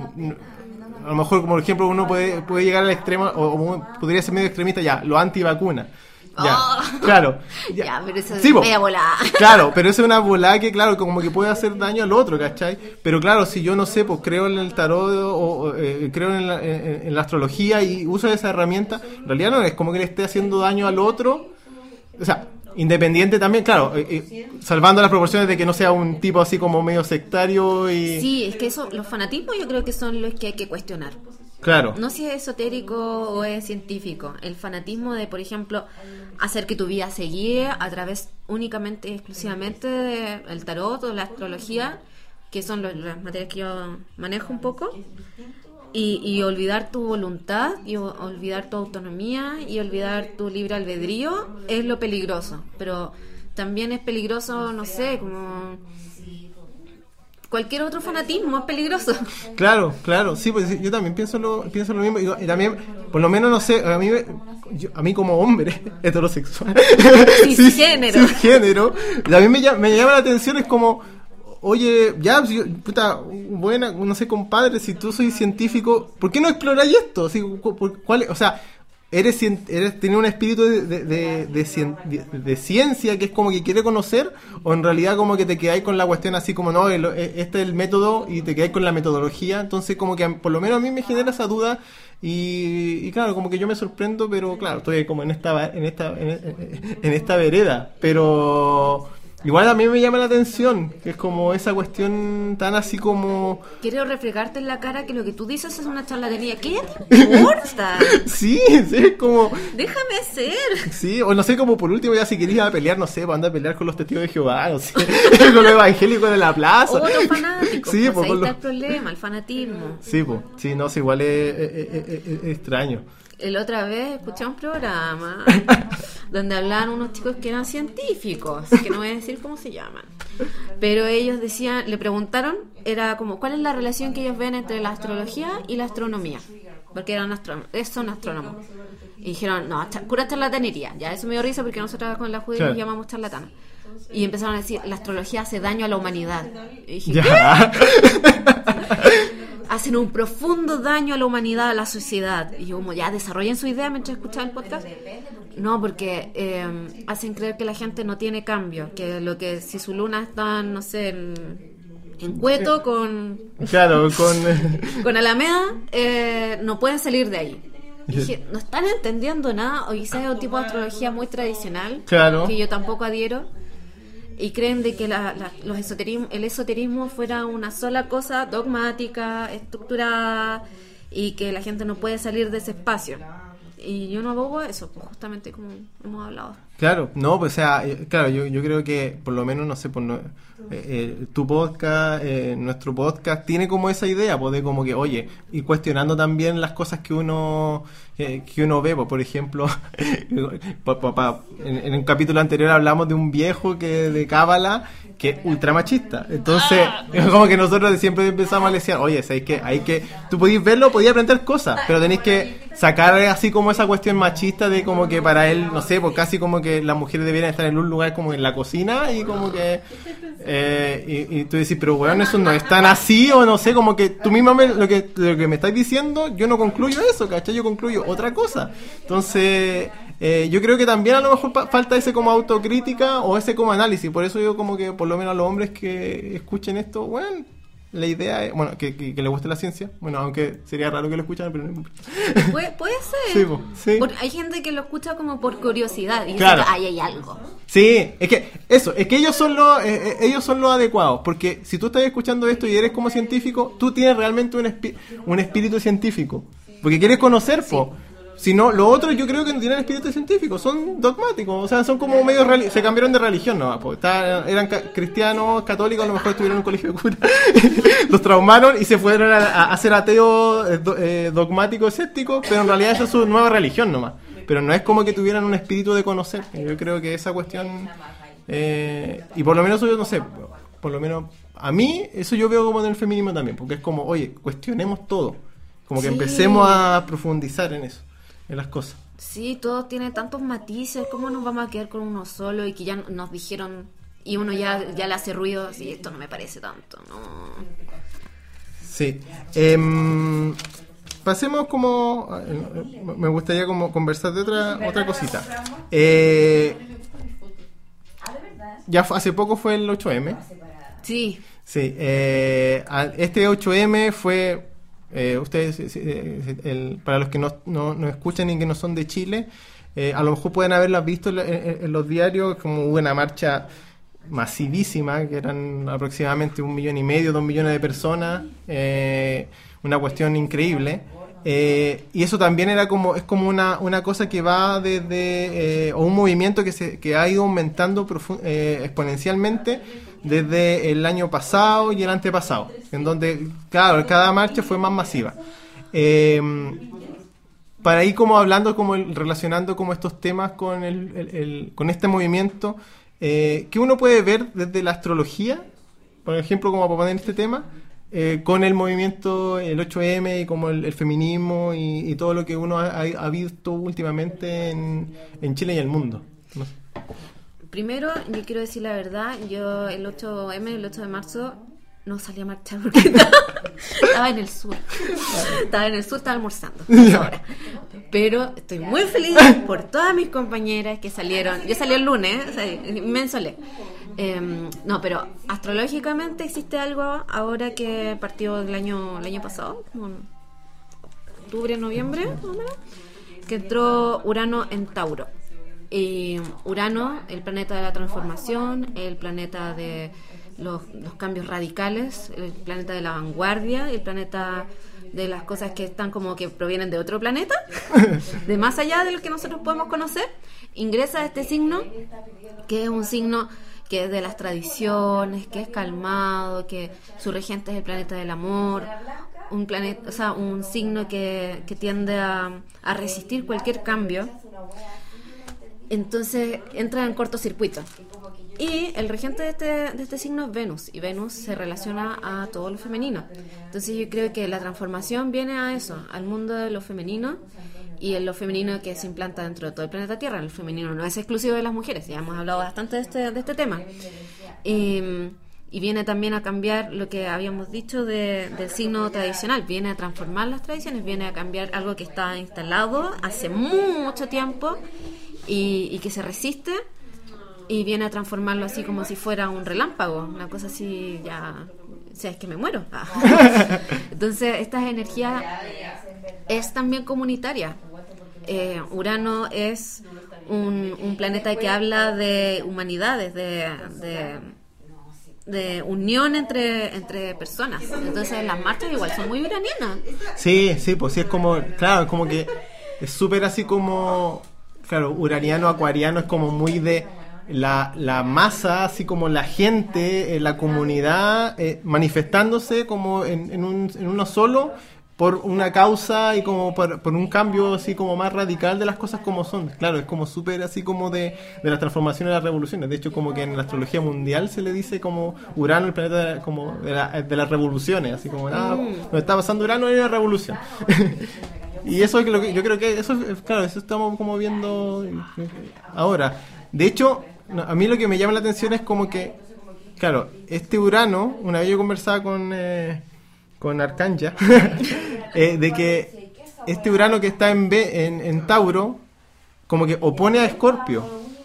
A lo mejor, como por ejemplo, uno puede, puede llegar al extremo, o, o podría ser medio extremista, ya, lo antivacuna. Ya, Oh. claro. Ya, ya, pero eso Sí, es po. media volada. Claro, pero eso es una volada que, claro, como que puede hacer daño al otro, ¿cachai? Pero claro, si yo no sé, pues creo en el tarot o, o, eh, creo en la, en, en la astrología y uso esa herramienta, en realidad no es como que le esté haciendo daño al otro. O sea, independiente también, claro, eh, eh, salvando las proporciones de que no sea un tipo así como medio sectario y... Sí, es que eso, los fanatismos yo creo que son los que hay que cuestionar. Claro. No si es esotérico o es científico. El fanatismo de, por ejemplo, hacer que tu vida se guíe a través únicamente, exclusivamente del tarot o la astrología, que son los, las materias que yo manejo un poco, y, y olvidar tu voluntad, y o, olvidar tu autonomía, y olvidar tu libre albedrío, es lo peligroso. Pero también es peligroso, no sé, como... Cualquier otro fanatismo es peligroso. Claro, claro, sí, pues sí, yo también pienso lo, pienso lo mismo y, y también, por lo menos, no sé, a mí, me- yo- a mí como hombre heterosexual, Cisgénero. cisgénero, también me llama, me llama la atención, es como, oye, ya, pues, yo- puta, buena, no sé, compadre, si tú soy científico, ¿por qué no exploráis esto? Así, cu- cu- ¿cuál es? O sea, eres, cien- eres tienes un espíritu de, de, de, de cien- de- de ciencia que es como que quiere conocer, o en realidad como que te quedáis con la cuestión así como no, el- este es el método y te quedáis con la metodología. Entonces como que a- por lo menos a mí me genera esa duda y, y claro, como que yo me sorprendo, pero claro, estoy como en esta va- en esta en, en esta vereda, pero igual a mí me llama la atención, que es como esa cuestión tan así como... Quiero refregarte en la cara que lo que tú dices es una charlatanería. ¿Qué te importa? Sí, sí, es como... Déjame ser. Sí, o no sé, como por último ya si querías pelear, no sé, para andar a pelear con los testigos de Jehová, no sé, con los evangélicos de la plaza. Otro fanático. Sí, pues pues, ahí con está los- el problema, el fanatismo. Sí, pues, sí, no sé, igual es, es- es- es- es extraño. El otra vez escuché un programa donde hablaban unos chicos que eran científicos, que no voy a decir cómo se llaman, pero ellos decían, le preguntaron, era como, ¿cuál es la relación que ellos ven entre la astrología y la astronomía? Porque eran astrónomos, son astrónomos. Y dijeron, no, cha- pura charlatanería. Ya eso me dio risa porque nosotros con la judía Claro. nos llamamos charlatanas. Y empezaron a decir, la astrología hace daño a la humanidad. Y dije, Ya. hacen un profundo daño a la humanidad, a la sociedad. Y yo como, ya, desarrollen su idea mientras escuchaban el podcast. No, porque eh, hacen creer que la gente no tiene cambio, que lo que si su luna está, no sé, en, en Cueto con claro, con con Alameda, eh, no pueden salir de ahí. Y dije, no están entendiendo nada, o quizás es un tipo de astrología muy tradicional, claro, que yo tampoco adhiero, y creen de que la, la, los esoterismo, el esoterismo fuera una sola cosa dogmática, estructurada, y que la gente no puede salir de ese espacio. Y yo no abogo a eso, pues justamente como hemos hablado. Claro, no, pues o sea, claro, yo, yo creo que por lo menos, no sé, por no, eh, eh, tu podcast, eh, nuestro podcast, tiene como esa idea, pues de como que, oye, ir cuestionando también las cosas que uno eh, que uno ve, pues por ejemplo, pa, pa, pa, en, en un capítulo anterior hablamos de un viejo que de cábala que es ultra machista, entonces ah. como que nosotros siempre empezamos a decir, oye, ¿sabes qué? Hay que, tú podías verlo, podías aprender cosas, pero tenéis que sacar así como esa cuestión machista de como que para él, no sé, pues casi como que las mujeres deberían estar en un lugar como en la cocina y como que eh, y, y tú decís, pero bueno, eso no es tan así, o no sé, como que tú misma me, lo que lo que me estás diciendo, yo no concluyo eso, ¿cachai? Yo concluyo otra cosa. Entonces eh, yo creo que también a lo mejor pa- falta ese como autocrítica o ese como análisis, por eso yo como que por lo menos a los hombres que escuchen esto, bueno, la idea es, bueno, que, que, que les guste la ciencia, bueno, aunque sería raro que lo escucharan, pero no. Puede, puede ser. Sí, po, sí. Por, hay gente que lo escucha como por curiosidad y claro. dice que ahí hay algo. Sí, es que eso, es que ellos son los eh, ellos son los adecuados, porque si tú estás escuchando esto y eres como científico, tú tienes realmente un, espi- un espíritu científico, porque quieres conocer, sí. po. Si no, los otros yo creo que no tienen espíritu científico, son dogmáticos, o sea, son como medio reali- se cambiaron de religión, no, pues, está, eran ca- cristianos, católicos, a lo mejor estuvieron en un colegio de cura, los traumaron y se fueron a, a, a ser ateos, eh, do, eh, dogmáticos, escépticos, pero en realidad esa es su nueva religión nomás, pero no es como que tuvieran un espíritu de conocer. Yo creo que esa cuestión, eh, y por lo menos yo no sé, por lo menos a mí, eso yo veo como en el feminismo también, porque es como, oye, cuestionemos todo, como que sí. empecemos a profundizar en eso, en las cosas. Sí, todo tiene tantos matices, ¿cómo nos vamos a quedar con uno solo? Y que ya nos dijeron, y uno ya, ya le hace ruido, así, esto no me parece tanto, ¿no? Sí. Eh, pasemos como, me gustaría como conversar de otra, otra cosita. Eh, ya hace poco fue el ocho eme. Sí. Sí, eh, este ocho eme fue... Eh, ustedes, eh, el, para los que no, no, no escuchan y que no son de Chile, eh, a lo mejor pueden haberla visto en, en, en los diarios, como hubo una marcha masivísima, que eran aproximadamente un millón y medio, dos millones de personas, eh, una cuestión increíble. Eh, y eso también era como es como una, una cosa que va desde, eh, o un movimiento que, se, que ha ido aumentando profu- eh, exponencialmente desde el año pasado y el antepasado, en donde, claro, cada marcha fue más masiva. Eh, para ir como hablando, como el, relacionando como estos temas con, el, el, el, con este movimiento, eh, ¿qué uno puede ver desde la astrología, por ejemplo, como para poner este tema, eh, con el movimiento, el ocho eme y como el, el feminismo y, y todo lo que uno ha, ha visto últimamente en, en Chile y el mundo? No sé. Primero, yo quiero decir la verdad, yo el ocho eme, el ocho de marzo, no salí a marchar porque estaba, estaba en el sur. Estaba en el sur, estaba almorzando. Ahora. Pero estoy muy feliz por todas mis compañeras que salieron. Yo salí el lunes, o sea, me ensolé. Eh, no, pero astrológicamente existe algo ahora que partió el año, el año pasado, como en octubre, noviembre, más o menos, que entró Urano en Tauro. Y Urano, el planeta de la transformación, el planeta de los, los cambios radicales, el planeta de la vanguardia, el planeta de las cosas que están como que provienen de otro planeta, de más allá de lo que nosotros podemos conocer, ingresa a este signo, que es un signo que es de las tradiciones, que es calmado, que su regente es el planeta del amor, un planeta, o sea, un signo que, que tiende a, a resistir cualquier cambio. Entonces entra en cortocircuito. Y el regente de este, de este signo es Venus, y Venus se relaciona a todo lo femenino. Entonces yo creo que la transformación viene a eso, al mundo de lo femenino, y en lo femenino que se implanta dentro de todo el planeta Tierra. El femenino no es exclusivo de las mujeres, ya hemos hablado bastante de este, de este tema. Y, y viene también a cambiar lo que habíamos dicho de, del signo tradicional, viene a transformar las tradiciones, viene a cambiar algo que está instalado hace mucho tiempo, Y, y que se resiste, y viene a transformarlo así como si fuera un relámpago, una cosa así ya si es que me muero. Ah. Entonces, esta energía es también comunitaria. Eh, Urano es un, un planeta que habla de humanidades, de, de, de unión entre, entre personas. Entonces, las marchas igual son muy uranianas. Sí, sí, pues sí, es como, claro, como que es súper así como, claro, uraniano, acuariano, es como muy de la, la masa, así como la gente, eh, la comunidad, eh, manifestándose como en, en, un, en uno solo, por una causa y como por, por un cambio así como más radical de las cosas como son. Claro, es como súper así como de, de las transformaciones y las revoluciones. De hecho, como que en la astrología mundial se le dice como Urano, el planeta de, como de, la, de las revoluciones, así como, ah, nos está pasando Urano y una revolución. Y eso es lo que yo creo que, eso es, claro, eso estamos como viendo ahora. De hecho, a mí lo que me llama la atención es como que, claro, este Urano, una vez yo conversaba con... Eh, con Arcanya, eh, de que este Urano que está en, B, en, en Tauro, como que opone a Escorpio.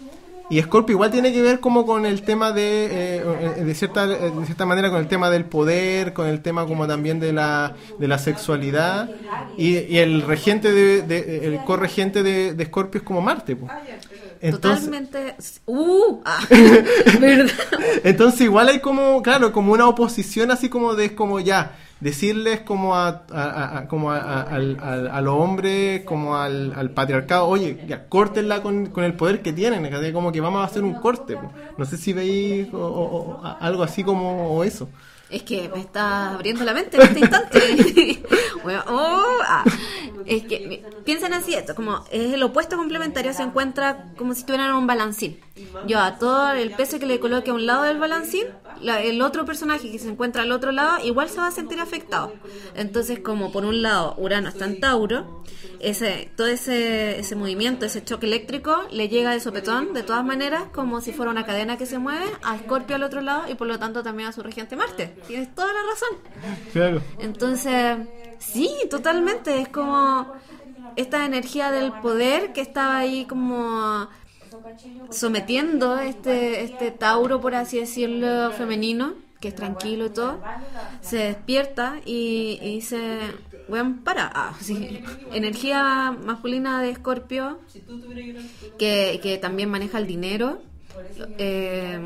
Y Escorpio igual tiene que ver como con el tema de, eh, de, cierta, de cierta manera, con el tema del poder, con el tema como también de la, de la sexualidad. Y, y el regente, de, de, el corregente de, de Escorpio es como Marte, pues. Entonces, totalmente. Uh, ah, ¿verdad? Entonces igual hay como, claro, como una oposición así como de, como ya, decirles como a, a, a como a, a, a, a los hombres, como al, al patriarcado, oye, ya, córtenla con, con el poder que tienen, ¿sí? Como que vamos a hacer un corte, pues. No sé si veis o, o, o, algo así como o eso. Es que me está abriendo la mente en este instante. Bueno, oh, ah. Es que piensen así, esto como es el opuesto complementario, se encuentra como si tuvieran un balancín. Yo a todo el peso que le coloque a un lado del balancín, la, el otro personaje que se encuentra al otro lado igual se va a sentir afectado. Entonces, como por un lado Urano está en Tauro, ese todo ese ese movimiento, ese choque eléctrico le llega de sopetón, de todas maneras, como si fuera una cadena que se mueve a Escorpio al otro lado y por lo tanto también a su regente Marte. Tienes toda la razón. Claro. Entonces, sí, totalmente, es como esta energía del poder que estaba ahí como sometiendo este este Tauro, por así decirlo, femenino, que es tranquilo y todo, se despierta y, y se... Bueno, para, ah, sí. Energía masculina de Escorpio, que, que también maneja el dinero. Eh,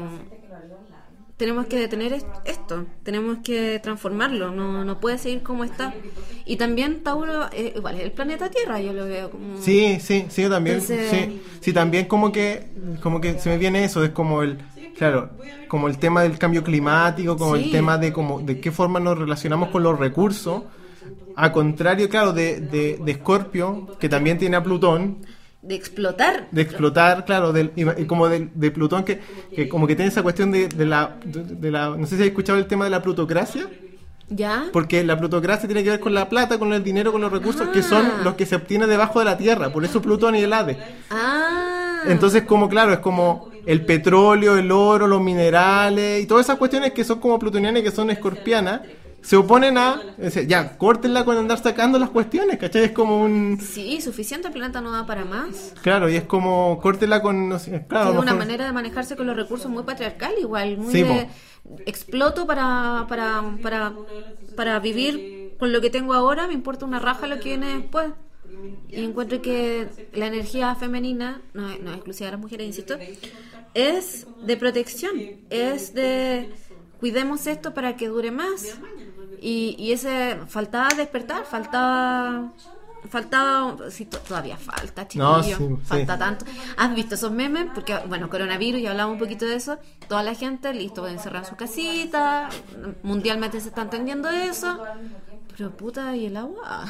tenemos que detener esto, tenemos que transformarlo, no, no puede seguir como está. Y también Tauro, eh, igual es el planeta Tierra, yo lo veo como... Sí, sí, sí, yo también, Entonces... sí, sí, también como que, como que se me viene eso, es como el, claro, como el tema del cambio climático, como sí. el tema de como de qué forma nos relacionamos con los recursos, a contrario, claro, de, de, de Escorpio, que también tiene a Plutón, de explotar. De explotar, claro, del, y, y como de, de Plutón, que, que como que tiene esa cuestión de, de, la, de, de la... No sé si has escuchado el tema de la plutocracia. ¿Ya? Porque la plutocracia tiene que ver con la plata, con el dinero, con los recursos, ah. que son los que se obtienen debajo de la tierra. Por eso Plutón y el Hades. Ah. Entonces, como claro, es como el petróleo, el oro, los minerales y todas esas cuestiones que son como plutonianas y que son escorpianas, se oponen a, ya, córtenla con andar sacando las cuestiones, ¿cachai? Es como un... Sí, suficiente, el planeta no da para más. Claro, y es como, córtenla con... No sé, claro, es una mejor... manera de manejarse con los recursos muy patriarcal, igual, muy sí, de... Exploto para, para, para, para vivir con lo que tengo ahora, me importa una raja lo que viene después. Y encuentro que la energía femenina, no, no es exclusiva de las mujeres, insisto, es de protección, es de... Cuidemos esto para que dure más. Y, y ese faltaba despertar, faltaba faltaba sí, to- todavía falta, chiquillo, no, sí, falta sí. tanto. ¿Has visto esos memes? Porque bueno, coronavirus, ya hablamos un poquito de eso. Toda la gente listo, encerrada en su casita, mundialmente se está entendiendo eso. Pero puta, ¿y el agua?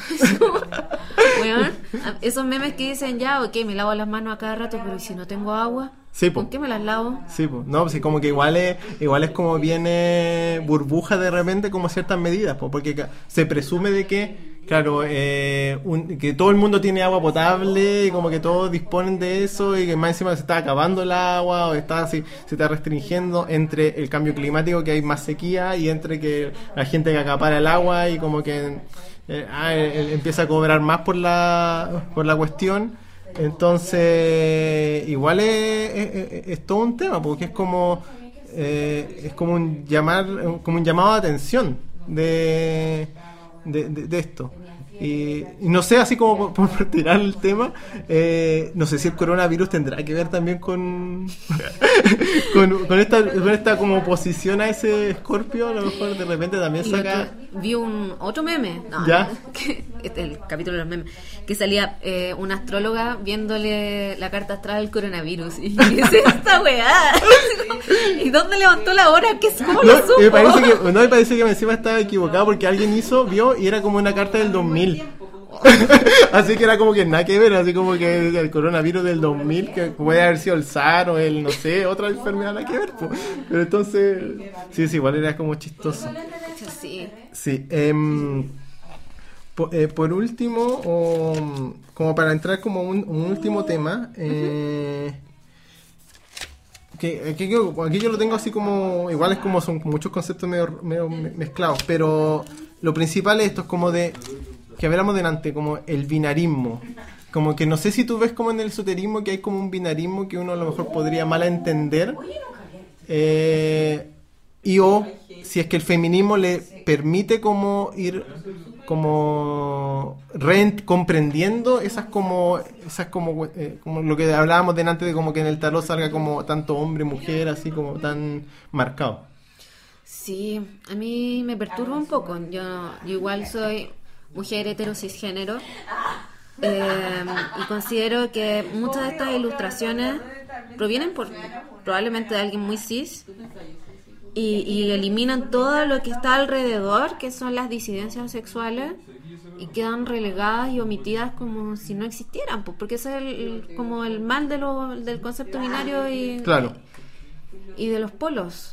Bueno, esos memes que dicen ya, ok, me lavo las manos a cada rato, pero ¿y si no tengo agua? Sí, po. ¿Con qué me las lavo? Sí, pues, no, pues, como que igual es, igual es como viene burbuja de repente como ciertas medidas, pues, porque ca- se presume de que, claro, eh, un- que todo el mundo tiene agua potable y como que todos disponen de eso y que más encima se está acabando el agua o está así, se está restringiendo entre el cambio climático, que hay más sequía, y entre que la gente que acapara el agua y como que eh, ah, él empieza a cobrar más por la, por la cuestión. Entonces, igual es, es, es- es todo un tema, porque es como, eh, es como un llamar, como un llamado de atención de, de, de, de esto. Y, y no sé, así como por, por tirar el tema, eh, no sé si el coronavirus tendrá que ver también con con, con esta con esta como oposición a ese Escorpio. A lo mejor de repente también saca. Vi un otro meme, no, ¿Ya? Que, este, el capítulo de los memes, que salía eh, una astróloga viéndole la carta astral al coronavirus. Y ¿qué es esta weá? ¿Y dónde levantó la hora? ¿Qué es? ¿Cómo No, lo supo? me parece que, no, me parece que encima estaba equivocado porque alguien hizo, vio y era como una carta del dos mil. Así que era como que nada que ver, así como que el coronavirus del dos mil, que puede haber sido el SARS o el, no sé, otra enfermedad, nada que ver, po. Pero entonces, sí, sí, igual era como chistoso. Sí. Sí, eh, por, eh, por último, o, como para entrar como un, un último tema, eh, que aquí, yo- aquí yo lo tengo así como, igual es como son muchos conceptos medio, medio mezclados, pero lo principal es esto, es como de, que hablamos delante, como el binarismo. Como que no sé si tú ves como en el esoterismo que hay como un binarismo que uno a lo mejor podría mal entender. Eh, y o si es que el feminismo le permite como ir como re comprendiendo esas como esas como eh, como lo que hablábamos delante de como que en el tarot salga como tanto hombre mujer así como tan marcado. Sí, a mí me perturba un poco. Yo, yo igual soy mujer hetero cisgénero, eh, y considero que muchas de estas ilustraciones provienen por probablemente de alguien muy cis y, y eliminan todo lo que está alrededor, que son las disidencias sexuales, y quedan relegadas y omitidas como si no existieran, pues, porque ese es el, como el mal de lo, del concepto binario y, Claro. y de los polos.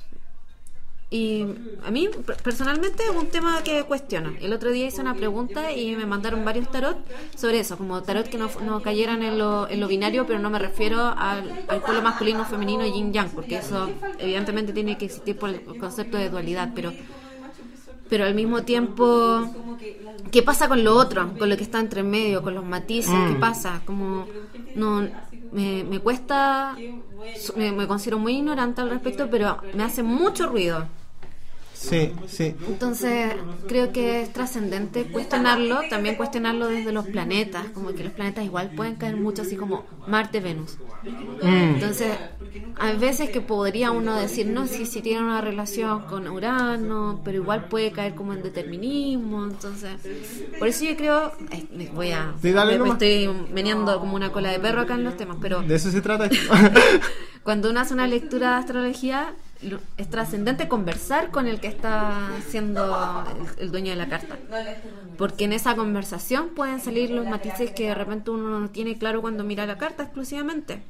Y a mí personalmente es un tema que cuestiona. El otro día hice una pregunta y me mandaron varios tarot sobre eso, como tarot que no, no cayeran en lo, en lo binario, pero no me refiero al, al polo masculino, femenino, yin yang, porque eso evidentemente tiene que existir por el concepto de dualidad, pero pero al mismo tiempo, ¿qué pasa con lo otro? Con lo que está entre medio, con los matices, ¿qué pasa? Como no me, me cuesta, me, me considero muy ignorante al respecto, pero me hace mucho ruido. Sí, sí. Entonces creo que es trascendente cuestionarlo, también cuestionarlo desde los planetas, como que los planetas igual pueden caer mucho, así como Marte, Venus. Mm. Entonces hay veces que podría uno decir, no, si, si tiene una relación con Urano, pero igual puede caer como en determinismo. Entonces por eso yo creo, eh, me voy a Sí, dale me, me nomás. estoy meneando como una cola de perro acá en los temas, pero De eso se trata. cuando uno hace una lectura de astrología, lo- es trascendente conversar con el que está siendo el, el dueño de la carta, porque en esa conversación pueden salir los matices que de repente uno no tiene claro cuando mira la carta exclusivamente.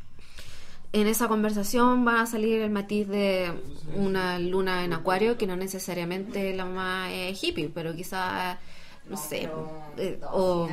En esa conversación va a salir el matiz de una luna en Acuario, que no necesariamente la mamá es hippie, pero quizá, no sé, eh, o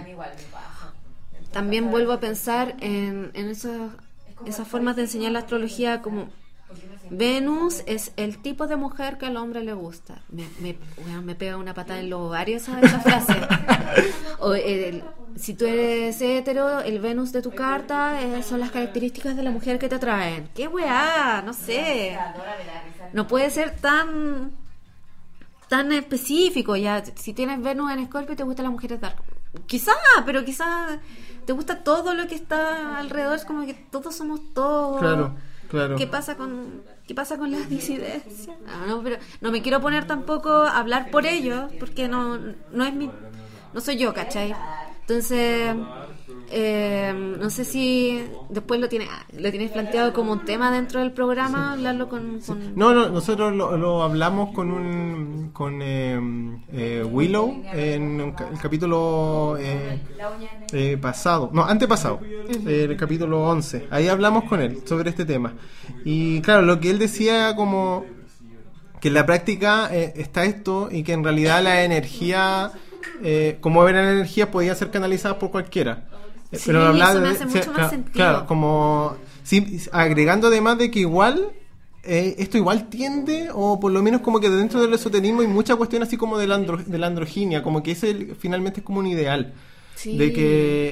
también vuelvo a pensar en, en esas, esas formas de enseñar la astrología, como Venus es el tipo de mujer que al hombre le gusta. Me, me, bueno, me pega una patada en los ovarios esa, esa frase. O el, si tú eres hetero, el Venus de tu carta eh, son las características de la mujer que te atraen. ¡Qué weá! No sé. No puede ser tan tan específico. Ya, si tienes Venus en Escorpio, te gustan las mujeres dark. Quizá, pero quizá te gusta todo lo que está alrededor. Es como que todos somos todos. Claro, claro. ¿Qué pasa con qué pasa con las disidencias? No, no, pero no me quiero poner tampoco a hablar por ellos, porque no no es mi no soy yo, ¿cachai? Entonces eh, no sé si después lo tienes lo tienes planteado como un tema dentro del programa, hablarlo con, con... No, no, nosotros lo, lo hablamos con un con eh, eh, Willow en un ca- el capítulo eh, eh, pasado, no, antepasado, eh, el capítulo once. Ahí hablamos con él sobre este tema. Y claro, lo que él decía como que en la práctica eh, está esto y que en realidad la energía, eh, como eran energías, podían ser canalizadas por cualquiera. Eh, Sí, pero hablaba eso me de- hace o mucho sea, más claro, sentido. Claro, como sí, agregando además de que igual eh, esto igual tiende, o por lo menos como que dentro del esoterismo hay mucha cuestión así como de la, andro- de la androginia, como que ese finalmente es como un ideal. Sí. De que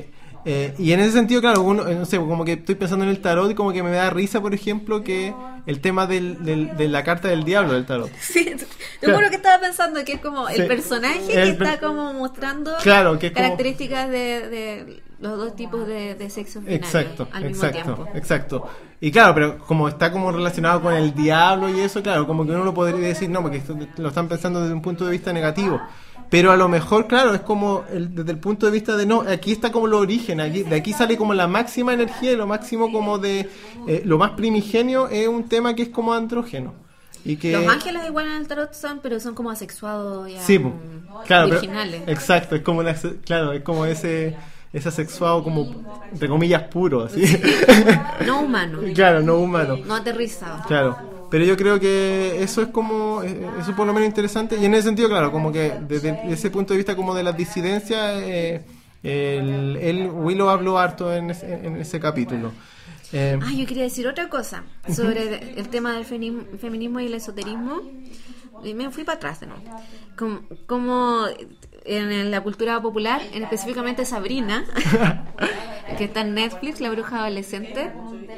Eh, y en ese sentido, claro, uno, no sé, como que estoy pensando en el tarot y como que me da risa, por ejemplo, que el tema del, del, de la carta del diablo del tarot. Sí, te juro que estaba pensando que es como el Sí. personaje El que per- está como mostrando Claro, que es como- características de, de los dos tipos de, de sexo binarios Exacto, al mismo exacto, tiempo. exacto. Y claro, pero como está como relacionado con el diablo y eso, claro, como que uno lo podría decir, no, porque esto lo están pensando desde un punto de vista negativo. Pero a lo mejor, claro, es como el- desde el punto de vista de, no, aquí está como el origen, aquí, de aquí sale como la máxima energía y lo máximo como de, eh, lo más primigenio es un tema que es como andrógeno. Y que, Los ángeles igual en el tarot son, pero son como asexuados ya sí, po, mm, claro, pero- virginales. exacto, es como una, claro, es como ese, ese asexuado como, entre comillas, puro, así. No humano, Claro, no humano. no aterrizado. Claro, pero yo creo que eso es como, eh, eso por lo menos interesante, y en ese sentido, claro, como que desde ese punto de vista como de las disidencias, eh, el, el Willow habló harto en ese, en ese capítulo. Eh, Ah, yo quería decir otra cosa sobre el tema del feminismo, feminismo y el esoterismo. Y me fui para atrás de nuevo. Como, como en la cultura popular, en específicamente Sabrina, que está en Netflix, la bruja adolescente,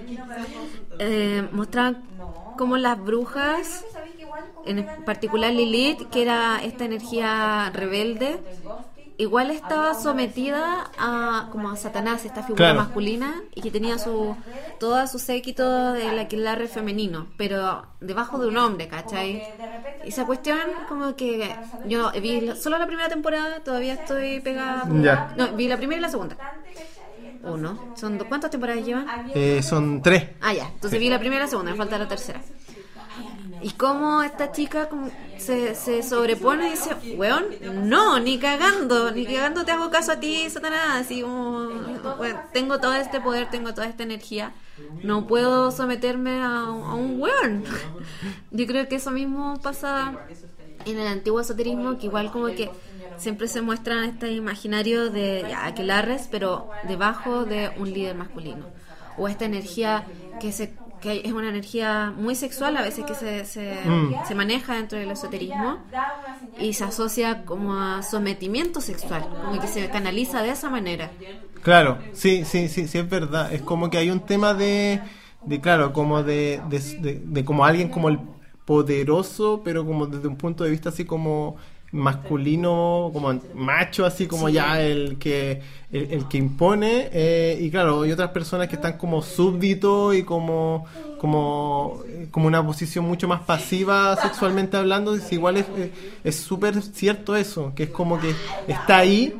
eh, mostraban cómo las brujas, en particular Lilith, que era esta energía rebelde, igual estaba sometida a como a Satanás, esta figura Claro. masculina, y que tenía su todo su séquito del aquelarre femenino, pero debajo de un hombre, ¿cachai? Esa cuestión como que yo vi la- solo la primera temporada, todavía estoy pegada. Ya. No, vi la primera y la segunda. Uno. Son dos, ¿cuántas temporadas llevan? eh, son tres. Ah, ya. Entonces vi la primera y la segunda, me falta la tercera. Y cómo esta chica como se, se sobrepone y dice, weón, no, ni cagando, ni cagando te hago caso a ti, Satanás. Así como, bueno, tengo todo este poder, tengo toda esta energía, no puedo someterme a, a un weón. Yo creo que eso mismo pasa en el antiguo esoterismo, que igual como que siempre se muestran este imaginario de ya, aquelarres, pero debajo de un líder masculino. O esta energía que se que es una energía muy sexual a veces que se, se, Mm. se maneja dentro del esoterismo y se asocia como a sometimiento sexual, como que se canaliza de esa manera. Claro, sí, sí, sí, sí, es verdad. Es como que hay un tema de, de claro, como de, de, de, de como alguien como el poderoso, pero como desde un punto de vista así como masculino, como macho, así como Sí. ya el que el, el que impone, eh, y claro, hay otras personas que están como súbditos y como como eh, como una posición mucho más pasiva sexualmente hablando. Es igual es eh, es súper cierto eso, que es como que está ahí,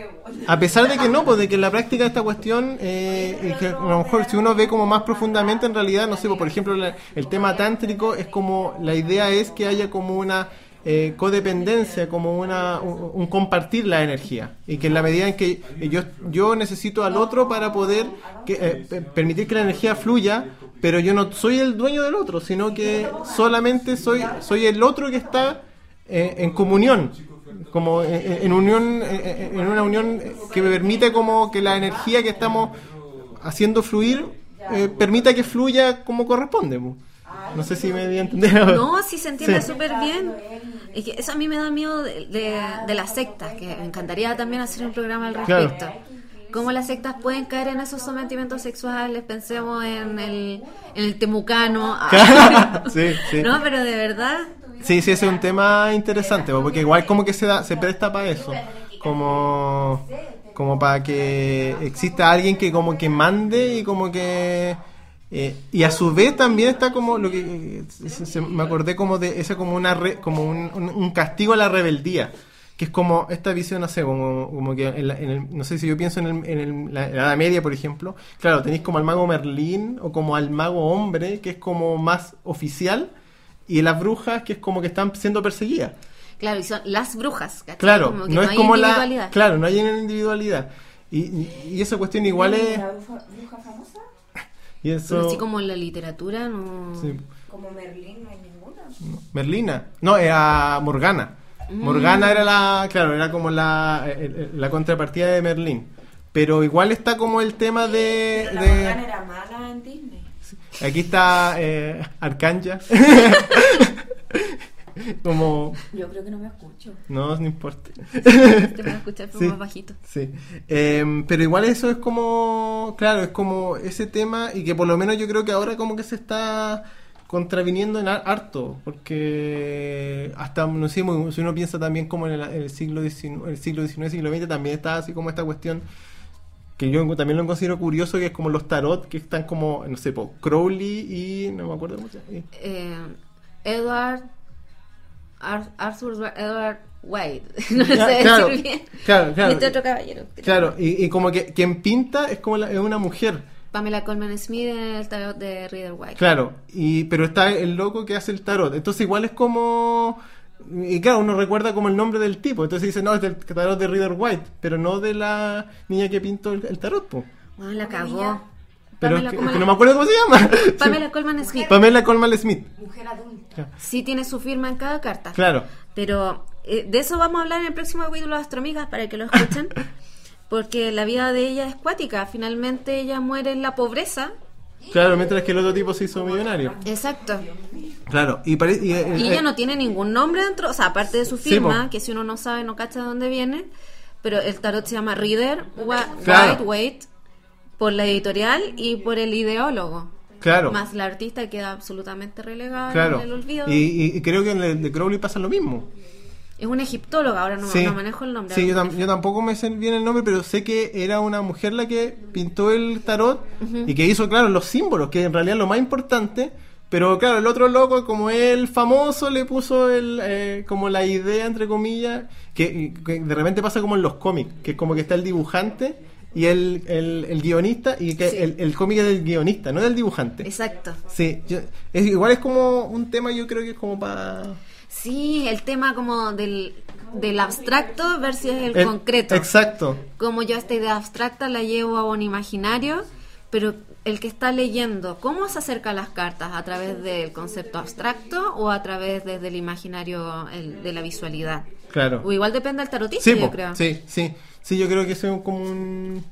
a pesar de que no, pues de que en la práctica esta cuestión, eh, y que a lo mejor si uno ve como más profundamente, en realidad, no sé, pues, por ejemplo, la- el tema tántrico es como, la idea es que haya como una eh, codependencia, como una un, un compartir la energía, y que en la medida en que yo, yo necesito al otro para poder que, eh, pe- permitir que la energía fluya, pero yo no soy el dueño del otro, sino que solamente soy, soy el otro que está eh, en comunión, como en, en unión, en en una unión que me permite como que la energía que estamos haciendo fluir eh, permita que fluya como corresponde, po. No sé si me di a entender. No, sí se entiende Sí. súper bien. Es que eso a mí me da miedo de, de, de las sectas, que me encantaría también hacer un programa al Claro. respecto. Cómo las sectas pueden caer en esos sometimientos sexuales, pensemos en el, en el temucano. Sí, sí. No, pero de verdad, Sí, sí, ese es un tema interesante, po, porque igual como que se da, se presta para eso, como, como para que exista alguien que como que mande y como que eh, y a su vez también está como lo que se- se- me acordé como de esa como una re- como un, un- un castigo a la rebeldía, que es como esta visión, no sé, como, como que en la- en el- no sé si yo pienso en, el, en el- la, la Edad Media, por ejemplo, claro, tenéis como al mago Merlín o como al mago hombre, que es como más oficial, y las brujas, que es como que están siendo perseguidas. claro, y son las brujas, ¿cachai? Claro, Como que no, es hay como la... individualidad. Claro, no hay en individualidad. Y, y, y esa cuestión igual es... ¿Una bruja, bruja famosa? Y Pero eso... así como en la literatura, no. sí. Como Merlín no hay ninguna. Merlina. No, era Morgana. Morgana era la... Claro, era como la, eh, la contrapartida de Merlín. Pero igual está como el tema de... Pero la de- Morgana era mala en Disney. Aquí está eh, Arcanya. como... Yo creo que no me escucho. No, no importa. Te voy a escuchar pero Sí. más bajito. Sí, eh, pero igual eso es como, claro, es como ese tema y que por lo menos yo creo que ahora como que se está contraviniendo en har- harto, porque hasta, no sé, muy- si uno piensa también como en el, el siglo diecinueve, el siglo diecinueve, siglo veinte, también está así como esta cuestión que yo también lo considero curioso, que es como los tarot, que están como, no sé, po, Crowley y, no me acuerdo cómo se llama. Eh, Edward Ar- Arthur Edward White. No Ya, sé claro, decir bien. claro, claro. Y este otro caballero. Claro, y, y como que quien pinta es como la- es una mujer. Pamela Coleman Smith en el tarot de Rider White. Claro, y pero está el loco que hace el tarot. Entonces igual es como... Y claro, uno recuerda como el nombre del tipo. Entonces dice, no, es del tarot de Rider White, pero no de la niña que pintó el, el tarot, po. Bueno, la Una cagó. niña. Pero Pamela es que, Coleman- que no me acuerdo cómo se llama. Pamela Coleman Smith. Pamela Coleman Smith. Mujer adulta. Sí tiene su firma en cada carta. Claro, Pero eh, de eso vamos a hablar en el próximo capítulo de Astroamigas para que lo escuchen. Porque la vida de ella es cuática. Finalmente ella muere en la pobreza. claro, mientras que el otro tipo se hizo millonario. Exacto. Claro, y, pare- y, eh, Y eh, ella no tiene ningún nombre dentro, o sea, aparte de su Sí, firma, po. que si uno no sabe, no cacha de dónde viene. Pero el tarot se llama Reader Wa- Claro. White Waite por la editorial y por el ideólogo. claro, Más la artista queda absolutamente relegada claro. en el olvido. Y, y- y creo que en el de Crowley pasa lo mismo. Es una egiptóloga, ahora no, Sí. no manejo el nombre. Sí, yo, tam- yo tampoco me sé bien el nombre, pero sé que era una mujer la que pintó el tarot y que hizo, claro, los símbolos, que en realidad es lo más importante. Pero claro, el otro loco, como el famoso, le puso el eh, como la idea, entre comillas, que, que de repente pasa como en los cómics, que es como que está el dibujante y el, el, el guionista, y que Sí. el, el cómic es del guionista, no del dibujante. Exacto. Sí, yo- es, igual es como un tema, yo creo que es como para... Sí, el tema como del, del abstracto versus el, concreto. Exacto. Como yo esta idea abstracta la llevo a un imaginario, pero el que está leyendo, ¿cómo se acerca a las cartas? ¿A través del concepto abstracto o a través desde el imaginario el- de la visualidad? Claro. O igual depende del tarotista, Sí, yo po, creo. sí, sí. Sí, yo creo que eso es como un...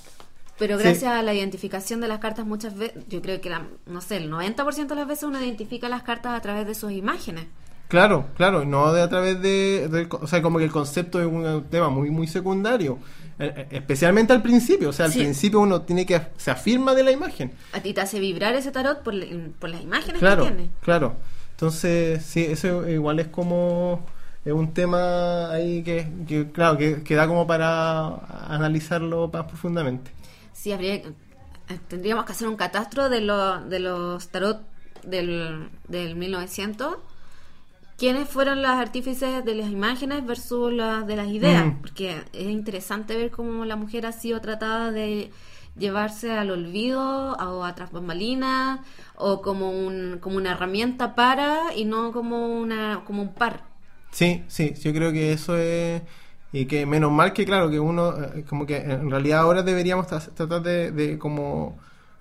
Pero Sí. gracias a la identificación de las cartas muchas veces, yo creo que la, no sé, el noventa por ciento de las veces uno identifica las cartas a través de sus imágenes. Claro, claro, no de a través de, del co- o sea, como que el concepto es un tema muy muy secundario, eh, eh, especialmente al principio, o sea, al Sí. principio uno tiene que, se afirma de la imagen. A ti te hace vibrar ese tarot por, la- por las imágenes Claro, que tiene. claro. Entonces, sí, eso igual es como es un tema ahí que, que claro, que, que da como para analizarlo más profundamente. Sí, habría, eh, tendríamos que hacer un catastro de, lo- de los tarot del, del mil novecientos. ¿Quiénes fueron las artífices de las imágenes versus las de las ideas? Mm. Porque es interesante ver cómo la mujer ha sido tratada de llevarse al olvido o a tras bambalinas o como un como una herramienta para y no como una como un par. Sí, sí, yo creo que eso es... Y que menos mal que, claro, que uno, eh, como que en realidad ahora deberíamos tra- tratar de, de como...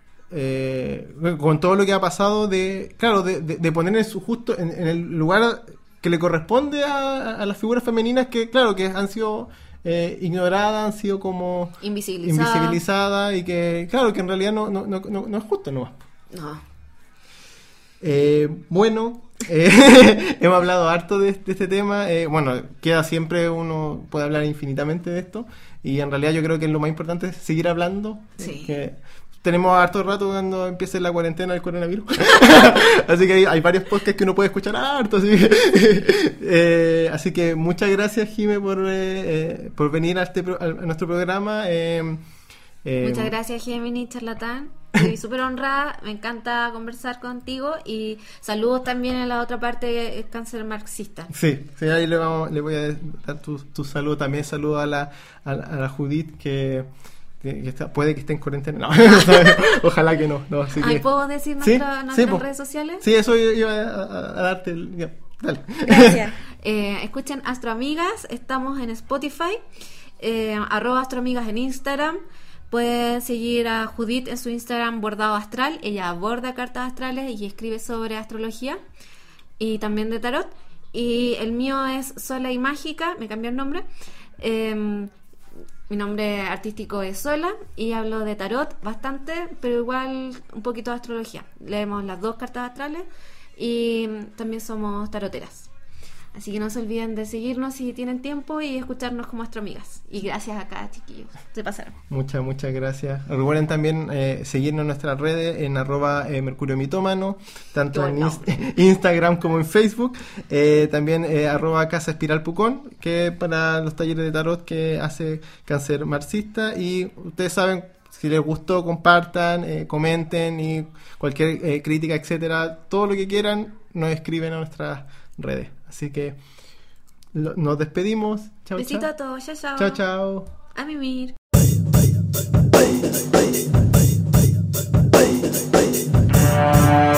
eh, con todo lo que ha pasado, de claro, de, de- de poner en su justo, en, en el lugar que le corresponde a, a las figuras femeninas que, claro, que han sido eh, ignoradas, han sido como Invisibilizada. invisibilizadas y que, claro, que en realidad no, no, no, no, no es justo nomás. No. Eh, bueno, eh, hemos hablado harto de, de este tema. Eh, bueno, queda siempre, uno puede hablar infinitamente de esto. Y en realidad yo creo que lo más importante es seguir hablando. Sí. Que tenemos harto rato cuando empiece la cuarentena del coronavirus. Así que hay, hay varios podcasts que uno puede escuchar harto. Así que, eh, así que muchas gracias, Jime, por, eh, eh, por venir a, este, pro- a nuestro programa. Eh, eh, Muchas gracias, Gemini Charlatán. Estoy súper honrada, me encanta conversar contigo y saludos también en la otra parte, el cáncer marxista. Sí, sí, ahí le, vamos, le voy a dar tu, tu saludo. También saludo a la, a, la- a la Judith que, que, que está, puede que esté en cuarentena. No, ojalá que no. no así Ay, que, ¿puedo decir Sí, nuestra- sí, nuestras po. redes sociales? Sí, eso iba a, a- a darte. El, ya, dale. Gracias. Eh, escuchen Astroamigas, estamos en Spotify, eh, arroba Astroamigas en Instagram. Pueden seguir a Judith en su Instagram Bordado Astral. Ella aborda cartas astrales y escribe sobre astrología y también de tarot. Y el mío es Sola y Mágica, me cambié el nombre. Eh, mi nombre artístico es Sola y hablo de tarot bastante, pero igual un poquito de astrología. Leemos las dos cartas astrales y también somos taroteras. Así que no se olviden de seguirnos si tienen tiempo y escucharnos como nuestras amigas. Y gracias a cada chiquillos. Se pasaron. Muchas, muchas gracias. Recuerden también eh, seguirnos en nuestras redes en arroba eh, Mercurio Mitómano, tanto en inst- Instagram como en Facebook. Eh, también eh, arroba Casa Espiral Pucón, que para los talleres de tarot que hace Cáncer Marxista. Y ustedes saben, si les gustó, compartan, eh, comenten y cualquier eh, crítica, etcétera, todo lo que quieran, nos escriben a nuestras redes. Así que lo, nos despedimos. Chao, Besito chao. a todos. Chao, chao. Chao, chao. A mimir. Bye.